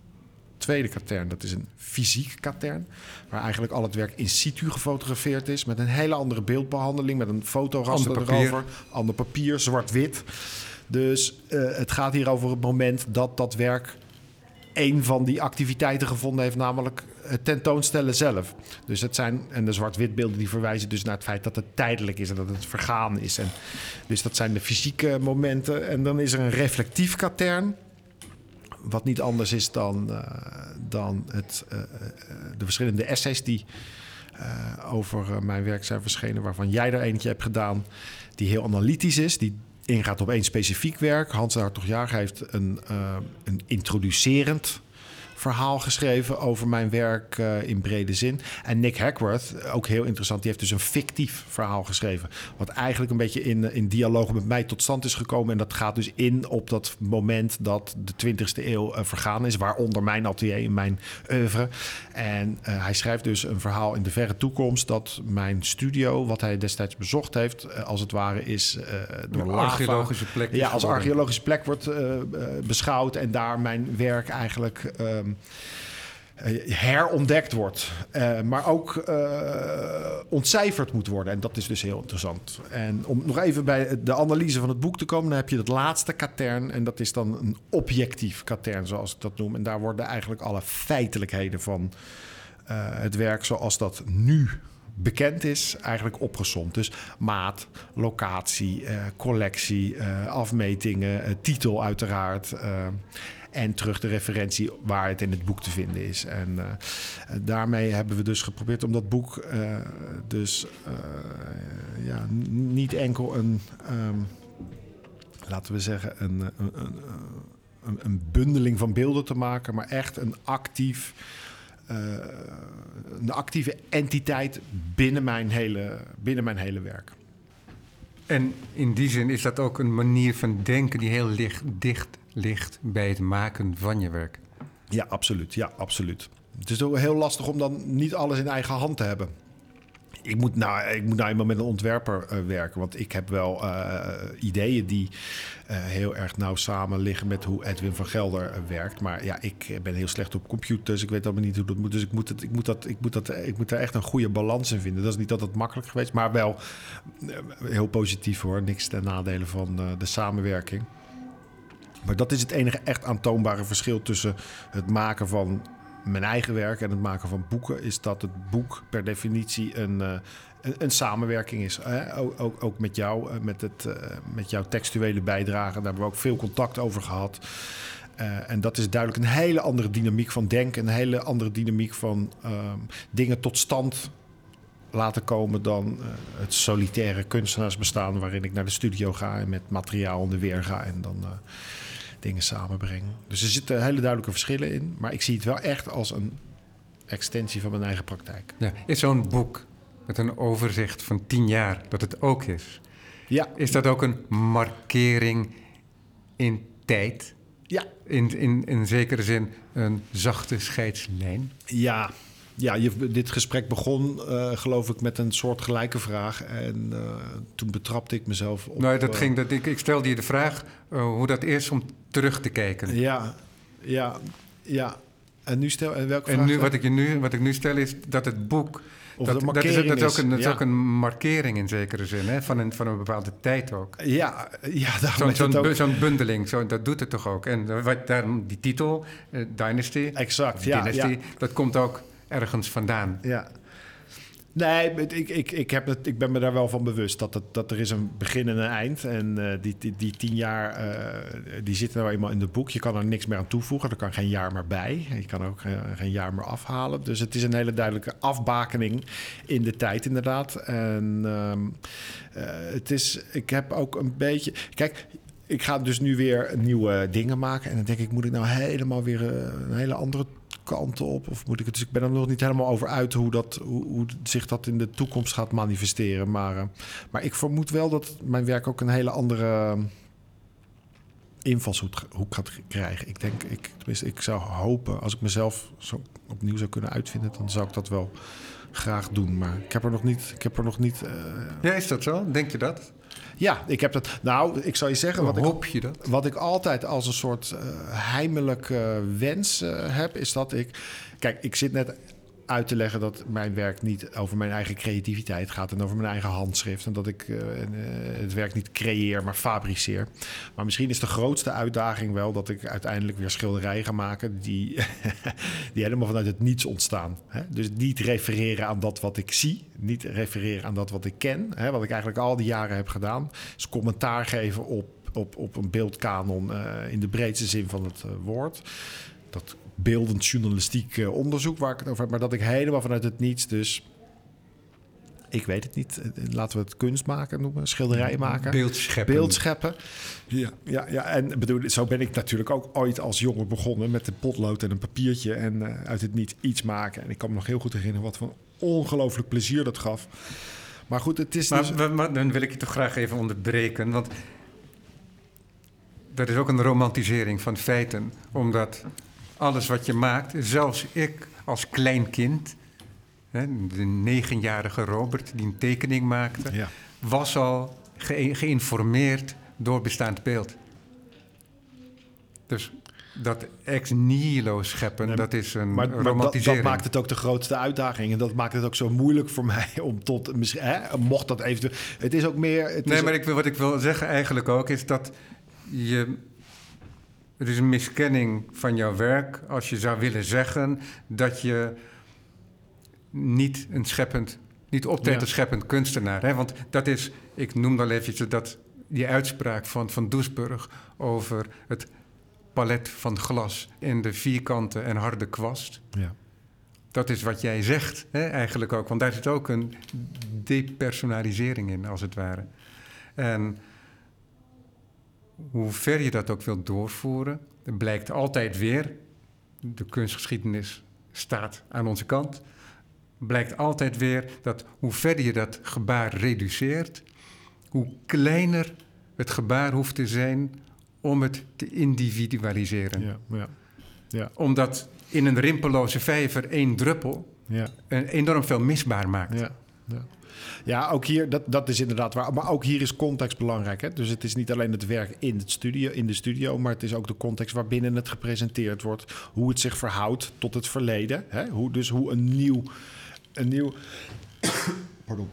tweede katern, dat is een fysiek katern, waar eigenlijk al het werk in situ gefotografeerd is, met een hele andere beeldbehandeling, met een fotoraster erover, ander papier, zwart-wit. Dus uh, het gaat hier over het moment dat dat werk een van die activiteiten gevonden heeft, namelijk het tentoonstellen zelf. Dus het zijn, en de zwart-wit beelden die verwijzen dus naar het feit dat het tijdelijk is en dat het vergaan is. En dus dat zijn de fysieke momenten. En dan is er een reflectief katern, wat niet anders is dan, uh, dan het, uh, uh, de verschillende essays die uh, over uh, mijn werk zijn verschenen, waarvan jij er eentje hebt gedaan, die heel analytisch is, die ingaat op één specifiek werk. Hans de Hartog-Jager heeft een, uh, een introducerend verhaal geschreven over mijn werk uh, in brede zin. En Nick Hackworth, ook heel interessant, die heeft dus een fictief verhaal geschreven. Wat eigenlijk een beetje in, in dialoog met mij tot stand is gekomen. En dat gaat dus in op dat moment dat de twintigste eeuw uh, vergaan is. Waaronder mijn atelier in mijn oeuvre. En uh, hij schrijft dus een verhaal in de verre toekomst dat mijn studio, wat hij destijds bezocht heeft, uh, als het ware is uh, door een lava. archeologische plek. Ja, als archeologische plek wordt uh, uh, beschouwd en daar mijn werk eigenlijk um, herontdekt wordt. Uh, maar ook uh, ontcijferd moet worden. En dat is dus heel interessant. En om nog even bij de analyse van het boek te komen, dan heb je het laatste katern. En dat is dan een objectief katern, zoals ik dat noem. En daar worden eigenlijk alle feitelijkheden van uh, het werk zoals dat nu bekend is, eigenlijk opgesomd. Dus maat, locatie, uh, collectie, uh, afmetingen, uh, titel uiteraard. Uh, en terug de referentie waar het in het boek te vinden is. En uh, daarmee hebben we dus geprobeerd om dat boek uh, dus uh, ja, n- niet enkel een, um, laten we zeggen, een, een, een, een bundeling van beelden te maken, maar echt een actief Uh, een actieve entiteit binnen mijn, hele, binnen mijn hele werk. En in die zin is dat ook een manier van denken die heel licht, dicht ligt bij het maken van je werk. Ja, absoluut. Ja, absoluut. Het is ook heel lastig om dan niet alles in eigen hand te hebben. Ik moet nou, ik moet nou eenmaal met een ontwerper uh, werken. Want ik heb wel uh, ideeën die uh, heel erg nauw samen liggen met hoe Edwin van Gelder uh, werkt. Maar ja, ik ben heel slecht op computers. Ik weet allemaal niet hoe dat moet. Dus ik moet, het, ik moet, dat, ik moet, dat, ik moet daar echt een goede balans in vinden. Dat is niet altijd makkelijk geweest. Maar wel uh, heel positief hoor. Niks ten nadele van uh, de samenwerking. Maar dat is het enige echt aantoonbare verschil tussen het maken van mijn eigen werk en het maken van boeken, is dat het boek per definitie een, uh, een, een samenwerking is. Hè? Ook, ook, ook met jou, uh, met, het, uh, met jouw textuele bijdrage. Daar hebben we ook veel contact over gehad. Uh, en dat is duidelijk een hele andere dynamiek van denken. Een hele andere dynamiek van uh, dingen tot stand laten komen dan uh, het solitaire kunstenaarsbestaan waarin ik naar de studio ga en met materiaal onder weer ga en dan uh, dingen samenbrengen. Dus er zitten hele duidelijke verschillen in, maar ik zie het wel echt als een extensie van mijn eigen praktijk. Ja, is zo'n boek met een overzicht van tien jaar dat het ook is? Ja. Is dat ook een markering in tijd? Ja. In, in, in zekere zin een zachte scheidslijn? Ja. Ja, je, dit gesprek begon, uh, geloof ik, met een soort gelijke vraag. En uh, toen betrapte ik mezelf op... Nou, dat uh, ging, dat, ik, ik stelde je de vraag uh, hoe dat is om terug te kijken. Ja, ja, ja. En nu stel... En welke en vraag nu, wat, ik je nu, wat ik nu stel is dat het boek... Of dat, de dat, is, dat, is ook een, dat ja. is ook een markering in zekere zin, hè? Van, een, van een bepaalde tijd ook. Ja, ja Zo'n zo'n zo ook... zo'n bundeling, zo, dat doet het toch ook. En wat, daarom die titel, uh, Dynasty, exact, ja, Dynasty, ja. dat komt ook ergens vandaan. Ja. Nee, ik, ik, ik, heb het, ik ben me daar wel van bewust dat, het, dat er is een begin en een eind. En uh, die, die, die tien jaar, uh, die zitten nou eenmaal in het boek. Je kan er niks meer aan toevoegen. Er kan geen jaar meer bij. Je kan ook uh, geen jaar meer afhalen. Dus het is een hele duidelijke afbakening in de tijd inderdaad. En um, uh, het is, ik heb ook een beetje... Kijk, ik ga dus nu weer nieuwe dingen maken. En dan denk ik, moet ik nou helemaal weer uh, een hele andere kanten op? Of moet ik het? Dus ik ben er nog niet helemaal over uit hoe, dat, hoe, hoe zich dat in de toekomst gaat manifesteren. Maar, uh, maar ik vermoed wel dat mijn werk ook een hele andere invalshoek gaat krijgen. Ik denk, ik, tenminste, ik zou hopen, als ik mezelf zo opnieuw zou kunnen uitvinden, dan zou ik dat wel graag doen. Maar ik heb er nog niet... Ik heb er nog niet uh... Ja, is dat zo? Denk je dat? Ja, ik heb dat... Nou, ik zal je zeggen... Wat hoop ik, je dat? Wat ik altijd als een soort uh, heimelijke wens uh, heb, is dat ik... Kijk, ik zit net uit te leggen dat mijn werk niet over mijn eigen creativiteit gaat en over mijn eigen handschrift. En dat ik uh, het werk niet creëer, maar fabriceer. Maar misschien is de grootste uitdaging wel dat ik uiteindelijk weer schilderijen ga maken die, die helemaal vanuit het niets ontstaan. Hè? Dus niet refereren aan dat wat ik zie, niet refereren aan dat wat ik ken. Hè? Wat ik eigenlijk al die jaren heb gedaan, is commentaar geven op, op, op een beeldkanon uh, in de breedste zin van het uh, woord. Dat beeldend journalistiek uh, onderzoek waar ik het over heb, maar dat ik helemaal vanuit het niets dus ik weet het niet. Laten we het kunst maken noemen, schilderijen maken. Beeldscheppen. Beeldscheppen. Ja, ja, ja. En bedoel, zo ben ik natuurlijk ook ooit als jongen begonnen met een potlood en een papiertje en uh, uit het niet iets maken. En ik kan me nog heel goed herinneren wat voor ongelooflijk plezier dat gaf. Maar goed, het is... Maar, dus... maar dan wil ik je toch graag even onderbreken, want dat is ook een romantisering van feiten. Omdat alles wat je maakt, zelfs ik als klein kind, hè, de negenjarige Robert die een tekening maakte, Ja. was al ge- geïnformeerd door bestaand beeld. Dus dat ex nihilo scheppen, Nee, dat is een Maar, maar dat, romantisering. dat maakt het ook de grootste uitdaging. En dat maakt het ook zo moeilijk voor mij om tot... misschien, hè, mocht dat eventueel... Het is ook meer... Het Nee, is maar ook, ik wil, wat ik wil zeggen eigenlijk ook is dat je... Het is een miskenning van jouw werk als je zou willen zeggen dat je niet een scheppend, niet optreedt Ja. als scheppend kunstenaar. Hè? Want dat is, ik noem dan eventjes dat, die uitspraak van, van Doesburg over het palet van glas en de vierkante en harde kwast. ja. Dat is wat jij zegt, hè, eigenlijk ook. Want daar zit ook een depersonalisering in, als het ware. En hoe ver je dat ook wilt doorvoeren, er blijkt altijd weer, de kunstgeschiedenis staat aan onze kant, blijkt altijd weer dat hoe verder je dat gebaar reduceert, hoe kleiner het gebaar hoeft te zijn om het te individualiseren. Ja, ja, ja, Omdat in een rimpeloze vijver één druppel ja, een enorm veel misbaar maakt. ja, ja. Ja, ook hier, dat, dat is inderdaad waar. Maar ook hier is context belangrijk. Hè? Dus het is niet alleen het werk in, het studio, in de studio, maar het is ook de context waarbinnen het gepresenteerd wordt. Hoe het zich verhoudt tot het verleden. Hè? Hoe, dus hoe een nieuw... Een nieuw pardon.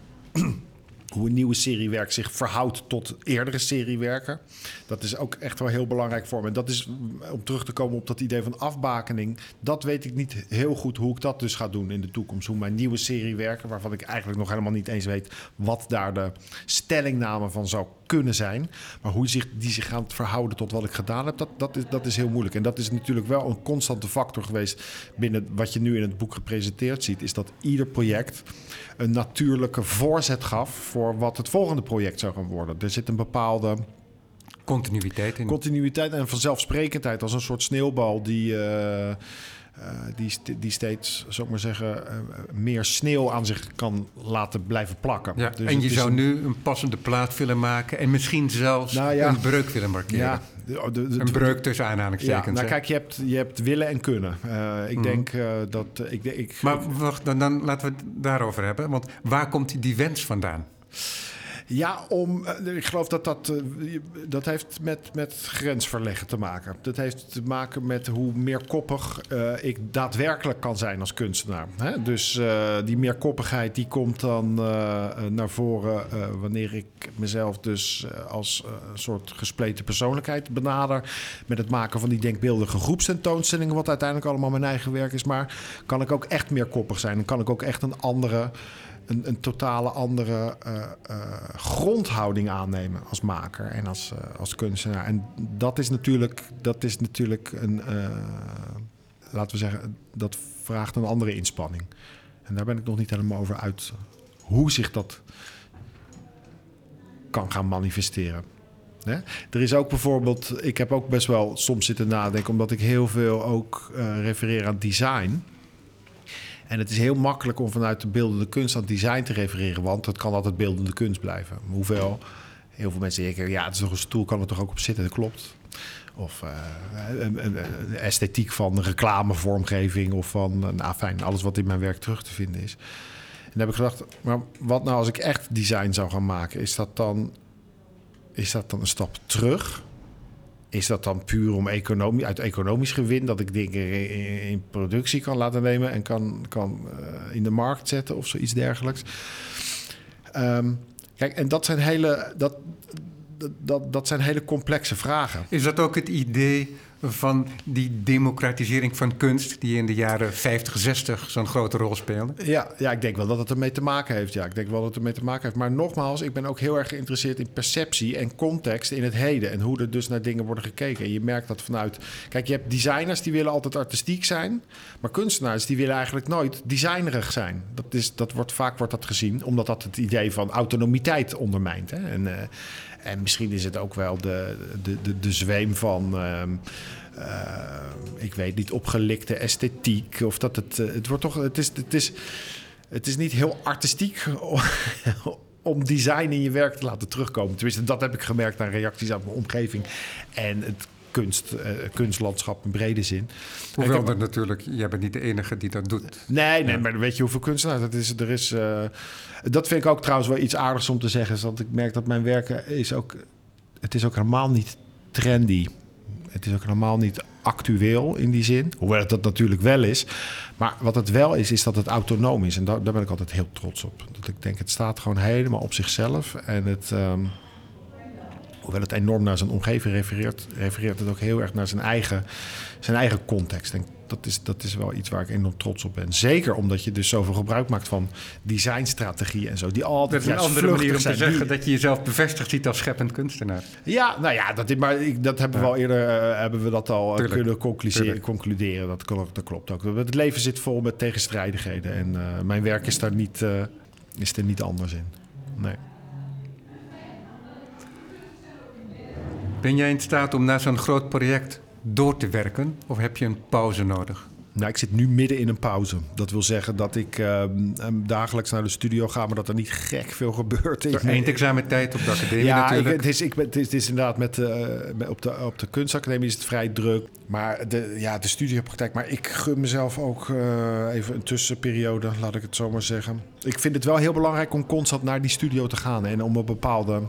Hoe een nieuwe seriewerk zich verhoudt tot eerdere seriewerken. Dat is ook echt wel heel belangrijk voor me. En dat is, om terug te komen op dat idee van afbakening, dat weet ik niet heel goed hoe ik dat dus ga doen in de toekomst. Hoe mijn nieuwe seriewerken, waarvan ik eigenlijk nog helemaal niet eens weet wat daar de stellingname van zou kunnen zijn. Maar hoe zich, die zich gaan verhouden tot wat ik gedaan heb, dat, dat, is, dat is heel moeilijk. En dat is natuurlijk wel een constante factor geweest binnen wat je nu in het boek gepresenteerd ziet, is dat ieder project een natuurlijke voorzet gaf voor wat het volgende project zou gaan worden. Er zit een bepaalde Continuïteit in. continuïteit en vanzelfsprekendheid als een soort sneeuwbal die, uh, uh, die, st- die steeds, zou ik maar zeggen, uh, meer sneeuw aan zich kan laten blijven plakken. Ja, Dus en het je is zou een- nu een passende plaat willen maken en misschien zelfs Nou ja. een breuk willen markeren. Ja, de, de, de- Een breuk tussen Ja, aanhalingstekens. nou hè. kijk, je hebt, je hebt willen en kunnen. Uh, ik Mhm. denk uh, dat... uh, ik, ik, Maar wacht, dan, dan laten we het daarover hebben. Want waar komt die, die wens vandaan? Ja, om, uh, ik geloof dat dat, uh, dat heeft met, met grensverleggen te maken. Dat heeft te maken met hoe meerkoppig uh, ik daadwerkelijk kan zijn als kunstenaar. Hè? Dus uh, die meerkoppigheid die komt dan uh, naar voren uh, wanneer ik mezelf dus uh, als uh, een soort gespleten persoonlijkheid benader. Met het maken van die denkbeeldige groepstentoonstellingen, wat uiteindelijk allemaal mijn eigen werk is. Maar kan ik ook echt meerkoppig zijn en kan ik ook echt een andere... Een, een totale andere uh, uh, grondhouding aannemen als maker en als, uh, als kunstenaar. En dat is natuurlijk, dat is natuurlijk een, uh, laten we zeggen, dat vraagt een andere inspanning. En daar ben ik nog niet helemaal over uit hoe zich dat kan gaan manifesteren. Hè? Er is ook bijvoorbeeld, ik heb ook best wel soms zitten nadenken, omdat ik heel veel ook uh, refereer aan design. En het is heel makkelijk om vanuit de beeldende kunst aan design te refereren, want het kan altijd beeldende kunst blijven. Hoewel heel veel mensen denken, ja, het is toch een stoel, kan er toch ook op zitten, dat klopt. Of uh, een, een, een esthetiek van reclamevormgeving of van, nou fijn, alles wat in mijn werk terug te vinden is. En dan heb ik gedacht, maar wat nou als ik echt design zou gaan maken? Is dat dan, is dat dan een stap terug? Is dat dan puur om economie, uit economisch gewin... dat ik dingen in, in productie kan laten nemen... en kan, kan uh, in de markt zetten of zoiets dergelijks? Um, kijk, en dat zijn hele, dat, dat, dat zijn hele complexe vragen. Is dat ook het idee van die democratisering van kunst die in de jaren vijftig, zestig zo'n grote rol speelde? Ja, ja, ik denk wel dat het ermee te maken heeft. Ja, ik denk wel dat het ermee te maken heeft. Maar nogmaals, ik ben ook heel erg geïnteresseerd in perceptie en context in het heden. En hoe er dus naar dingen worden gekeken. En je merkt dat vanuit... Kijk, je hebt designers die willen altijd artistiek zijn. Maar kunstenaars die willen eigenlijk nooit designerig zijn. Dat is, dat wordt, vaak wordt dat gezien, omdat dat het idee van autonomiteit ondermijnt. Hè? En, uh, en misschien is het ook wel de, de, de, de zweem van... Uh, Uh, ik weet niet, opgelikte esthetiek. Of dat het. Uh, het wordt toch. Het is, het is, het is niet heel artistiek om design in je werk te laten terugkomen. Tenminste, dat heb ik gemerkt aan reacties uit mijn omgeving. En het kunst, uh, kunstlandschap in brede zin. Hoewel heb, dat natuurlijk, jij bent niet de enige die dat doet. Nee, nee, ja. Maar weet je hoeveel kunstenaars? Dat is, er is, uh, dat vind ik ook trouwens wel iets aardigs om te zeggen. Is dat ik merk dat mijn werken is ook. Het is ook helemaal niet trendy. Het is ook helemaal niet actueel in die zin. Hoewel het dat natuurlijk wel is. Maar wat het wel is, is dat het autonoom is. En daar, daar ben ik altijd heel trots op. Dat ik denk, het staat gewoon helemaal op zichzelf. En het, um, hoewel het enorm naar zijn omgeving refereert... refereert het ook heel erg naar zijn eigen, zijn eigen context. En dat is, dat is wel iets waar ik enorm trots op ben. Zeker omdat je dus zoveel gebruik maakt van designstrategieën en zo. Die altijd dat is een andere manier om te zijn. zeggen die... dat je jezelf bevestigd ziet als scheppend kunstenaar. Ja, nou ja, dat, maar ik, dat hebben we ja. al eerder uh, hebben we dat al Tuurlijk. kunnen concluderen. concluderen. Dat, dat klopt ook. Het leven zit vol met tegenstrijdigheden. En uh, mijn werk is daar niet, uh, is er niet anders in. Nee. Ben jij in staat om naar zo'n groot project door te werken? Of heb je een pauze nodig? Nou, ik zit nu midden in een pauze. Dat wil zeggen dat ik uh, dagelijks naar de studio ga, maar dat er niet gek veel gebeurt. Door eindexamentijd op de academie ja, natuurlijk. Ik, het, is, ik, het, is, het is inderdaad met, uh, met op, de, op de kunstacademie is het vrij druk. Maar de, ja, de studiopraktijk. Maar ik gun mezelf ook uh, even een tussenperiode, laat ik het zo maar zeggen. Ik vind het wel heel belangrijk om constant naar die studio te gaan en om een bepaalde...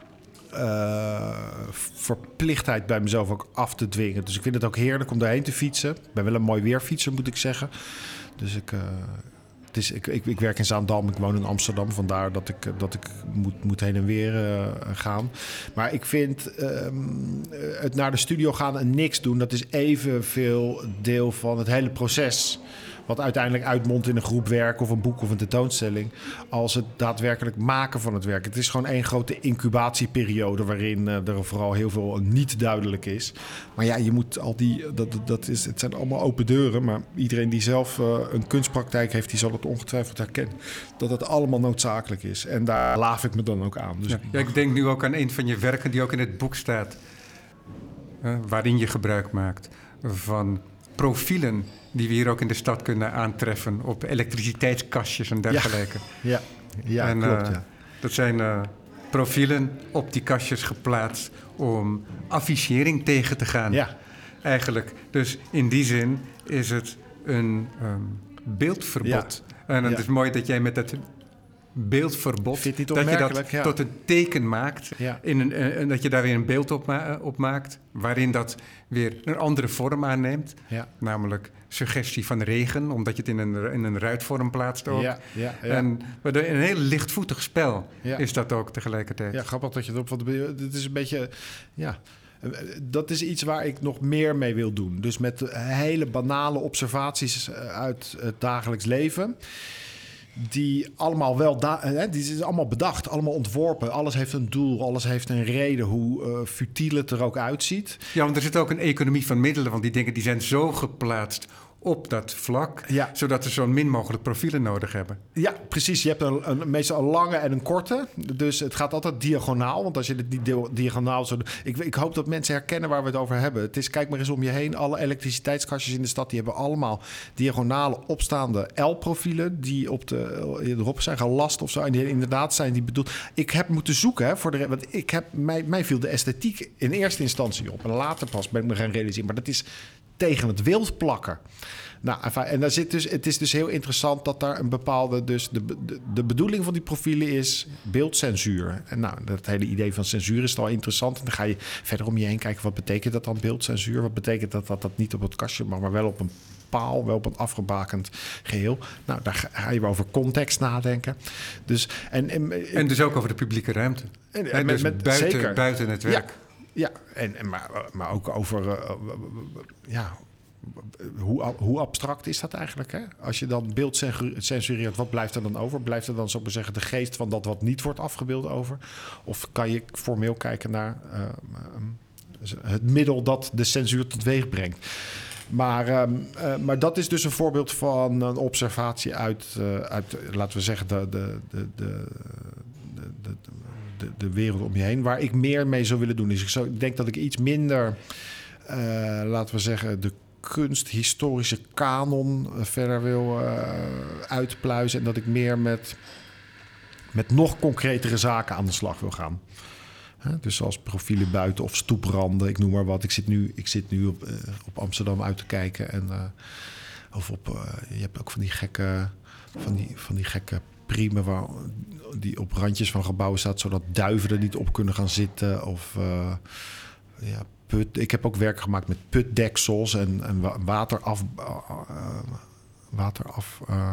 Uh, verplichtheid bij mezelf ook af te dwingen. Dus ik vind het ook heerlijk om daarheen te fietsen. Ik ben wel een mooi weerfietser, moet ik zeggen. Dus ik, uh, het is, ik, ik, ik werk in Zaandam, ik woon in Amsterdam. Vandaar dat ik, dat ik moet, moet heen en weer uh, gaan. Maar ik vind uh, het naar de studio gaan en niks doen... dat is evenveel deel van het hele proces... wat uiteindelijk uitmondt in een groep werk of een boek of een tentoonstelling... als het daadwerkelijk maken van het werk. Het is gewoon één grote incubatieperiode... waarin uh, er vooral heel veel niet duidelijk is. Maar ja, je moet al die... Dat, dat is, het zijn allemaal open deuren... maar iedereen die zelf uh, een kunstpraktijk heeft... die zal het ongetwijfeld herkennen. Dat het allemaal noodzakelijk is. En daar laaf ik me dan ook aan. Dus ja, ja, ik denk nu ook aan een van je werken... die ook in het boek staat... Uh, waarin je gebruik maakt van profielen... die we hier ook in de stad kunnen aantreffen... op elektriciteitskastjes en dergelijke. Ja, ja, ja en, klopt. Uh, ja. Dat zijn uh, profielen op die kastjes geplaatst... om affichering tegen te gaan. Ja. Eigenlijk. Dus in die zin is het een um, beeldverbod. Ja. En het ja. is mooi dat jij met dat... beeldverbod, dat je dat ja. tot een teken maakt... Ja. In een, en dat je daar weer een beeld op, ma- op maakt... waarin dat weer een andere vorm aanneemt. Ja. Namelijk suggestie van regen... omdat je het in een, in een ruitvorm plaatst ook. Ja, ja, ja. En een heel lichtvoetig spel ja. is dat ook tegelijkertijd. Ja, grappig dat je het op... Het is een beetje... Ja. Dat is iets waar ik nog meer mee wil doen. Dus met hele banale observaties uit het dagelijks leven... die allemaal wel... Da- hè, die is allemaal bedacht, allemaal ontworpen. Alles heeft een doel, alles heeft een reden... hoe uh, futiel het er ook uitziet. Ja, want er zit ook een economie van middelen... want die dingen die zijn zo geplaatst op dat vlak... Ja. zodat ze zo min mogelijk profielen nodig hebben. Ja, precies. Je hebt een, een, meestal een lange en een korte. Dus het gaat altijd diagonaal. Want als je het niet deel, diagonaal zou doen... Ik, ik hoop dat mensen herkennen waar we het over hebben. Het is, kijk maar eens om je heen. Alle elektriciteitskastjes in de stad... die hebben allemaal diagonale opstaande L-profielen... die op de, erop zijn gelast of zo. En die inderdaad zijn die bedoeld... Ik heb moeten zoeken, hè, voor de, want ik heb, mij, mij viel de esthetiek in eerste instantie op. En later pas ben ik me gaan realiseren. Maar dat is... tegen het wild plakken. Nou, en daar zit dus, het is dus heel interessant dat daar een bepaalde... dus de, de, de bedoeling van die profielen is beeldcensuur. En nou, dat hele idee van censuur is al interessant. En dan ga je verder om je heen kijken... wat betekent dat dan, beeldcensuur? Wat betekent dat dat, dat niet op het kastje mag... maar wel op een paal, wel op een afgebakend geheel. Nou, daar ga je over context nadenken. Dus, en, en, en dus ook over de publieke ruimte. En, en met, dus met, buiten, zeker. buiten het werk. Ja. Ja, en, en maar, maar ook over... Uh, ja, hoe, hoe abstract is dat eigenlijk? Hè? Als je dan beeld censureert, wat blijft er dan over? Blijft er dan, zo maar zeggen, de geest van dat wat niet wordt afgebeeld over? Of kan je formeel kijken naar uh, uh, het middel dat de censuur teweeg brengt? Maar, uh, uh, maar dat is dus een voorbeeld van een observatie uit, uh, uit laten we zeggen, de, de, de, de, de, de, de, de wereld om je heen, waar ik meer mee zou willen doen. Dus ik, zou, ik denk dat ik iets minder, uh, laten we zeggen, de kunsthistorische kanon verder wil uh, uitpluizen en dat ik meer met, met nog concretere zaken aan de slag wil gaan. Huh? Dus zoals profielen buiten of stoepranden, ik noem maar wat. Ik zit nu, ik zit nu op, uh, op Amsterdam uit te kijken. En, uh, of op, uh, je hebt ook van die gekke, van die, van die gekke priemen waar, die op randjes van gebouwen staat, zodat duiven er niet op kunnen gaan zitten. Of uh, ja, put. Ik heb ook werk gemaakt met putdeksels en, en wateraf, uh, wateraf, uh,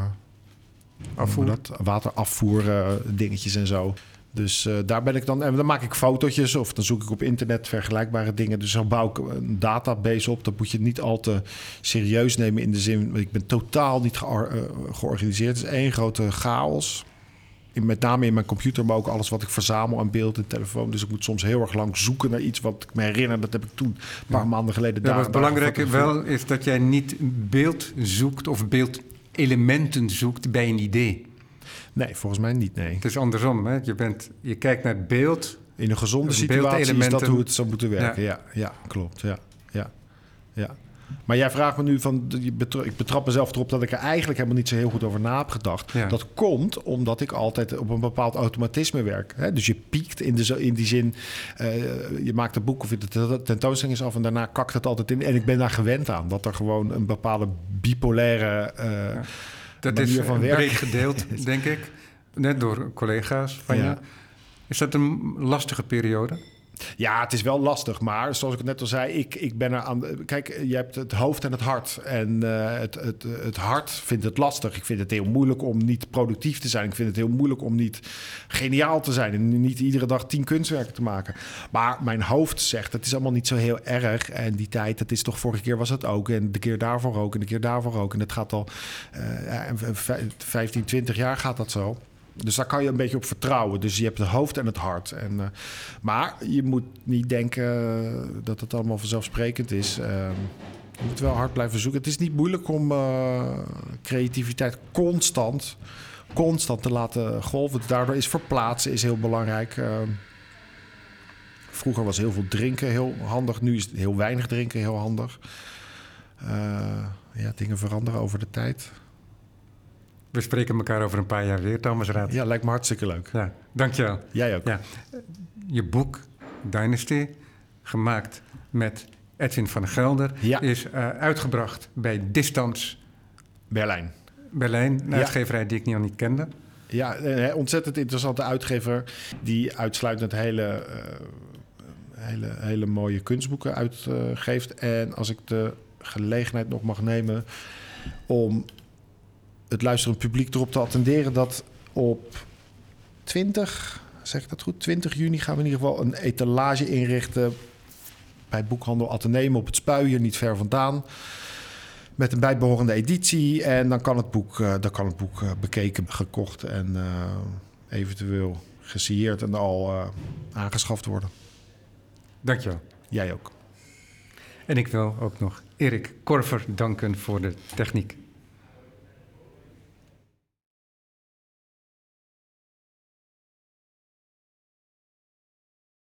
Afvoer. Dat, waterafvoer uh, dingetjes en zo. Dus uh, daar ben ik dan... En dan maak ik fotootjes of dan zoek ik op internet vergelijkbare dingen. Dus dan bouw ik een database op. Dat moet je niet al te serieus nemen in de zin... Ik ben totaal niet geor- uh, georganiseerd. Het is één grote chaos. In, met name in mijn computer, maar ook alles wat ik verzamel aan beeld en telefoon. Dus ik moet soms heel erg lang zoeken naar iets wat ik me herinner. Dat heb ik toen een paar ja. maanden geleden... Ja, daar, wat belangrijk wel is dat jij niet beeld zoekt of beeldelementen zoekt bij een idee. Nee, volgens mij niet, nee. Het is andersom, hè? Je, bent, je kijkt naar het beeld. In een gezonde situatie is dat hoe het zou moeten werken. Ja, ja, ja klopt. Ja, ja, ja. Maar jij vraagt me nu van... Ik betrap mezelf erop dat ik er eigenlijk helemaal niet zo heel goed over na heb gedacht. Ja. Dat komt omdat ik altijd op een bepaald automatisme werk. Hè? Dus je piekt in, de, in die zin... Uh, je maakt een boek of de tentoonstelling is af... en daarna kakt het altijd in. En ik ben daar gewend aan. Dat er gewoon een bepaalde bipolaire... Uh, ja. Dat is breed gedeeld, denk ik. Net door collega's van ja. je. Is dat een lastige periode? Ja, het is wel lastig. Maar zoals ik net al zei, ik, ik ben er aan... Kijk, je hebt het hoofd en het hart. En uh, het, het, het hart vindt het lastig. Ik vind het heel moeilijk om niet productief te zijn. Ik vind het heel moeilijk om niet geniaal te zijn. En niet iedere dag tien kunstwerken te maken. Maar mijn hoofd zegt, het is allemaal niet zo heel erg. En die tijd, dat is toch vorige keer was het ook. En de keer daarvoor ook. En de keer daarvoor ook. En dat gaat al uh, vijftien, twintig jaar gaat dat zo. Dus daar kan je een beetje op vertrouwen. Dus je hebt het hoofd en het hart. En, uh, maar je moet niet denken dat het allemaal vanzelfsprekend is. Uh, je moet wel hard blijven zoeken. Het is niet moeilijk om uh, creativiteit constant, constant te laten golven. Daardoor is verplaatsen is heel belangrijk. Uh, vroeger was heel veel drinken heel handig. Nu is heel weinig drinken heel handig. Uh, ja, dingen veranderen over de tijd. We spreken elkaar over een paar jaar weer, Thomas Raad. Ja, lijkt me hartstikke leuk. Ja, dankjewel. Jij ook. Ja. Je boek, Dynasty, gemaakt met Edwin van der Gelder... Ja. is uh, uitgebracht bij Distance Berlijn. Berlijn, een ja. uitgeverij die ik nog niet kende. Ja, een ontzettend interessante uitgever... die uitsluitend hele, uh, hele, hele mooie kunstboeken uitgeeft. Uh, en als ik de gelegenheid nog mag nemen om... het luisterend publiek erop te attenderen dat op twintig, zeg ik dat goed, twintig juni gaan we in ieder geval een etalage inrichten bij boekhandel Atheneum op het Spui, hier niet ver vandaan, met een bijbehorende editie. En dan kan het boek, uh, dan kan het boek uh, bekeken, gekocht en uh, eventueel gesigneerd en al uh, aangeschaft worden. Dankjewel. Jij ook. En ik wil ook nog Erik Korver danken voor de techniek.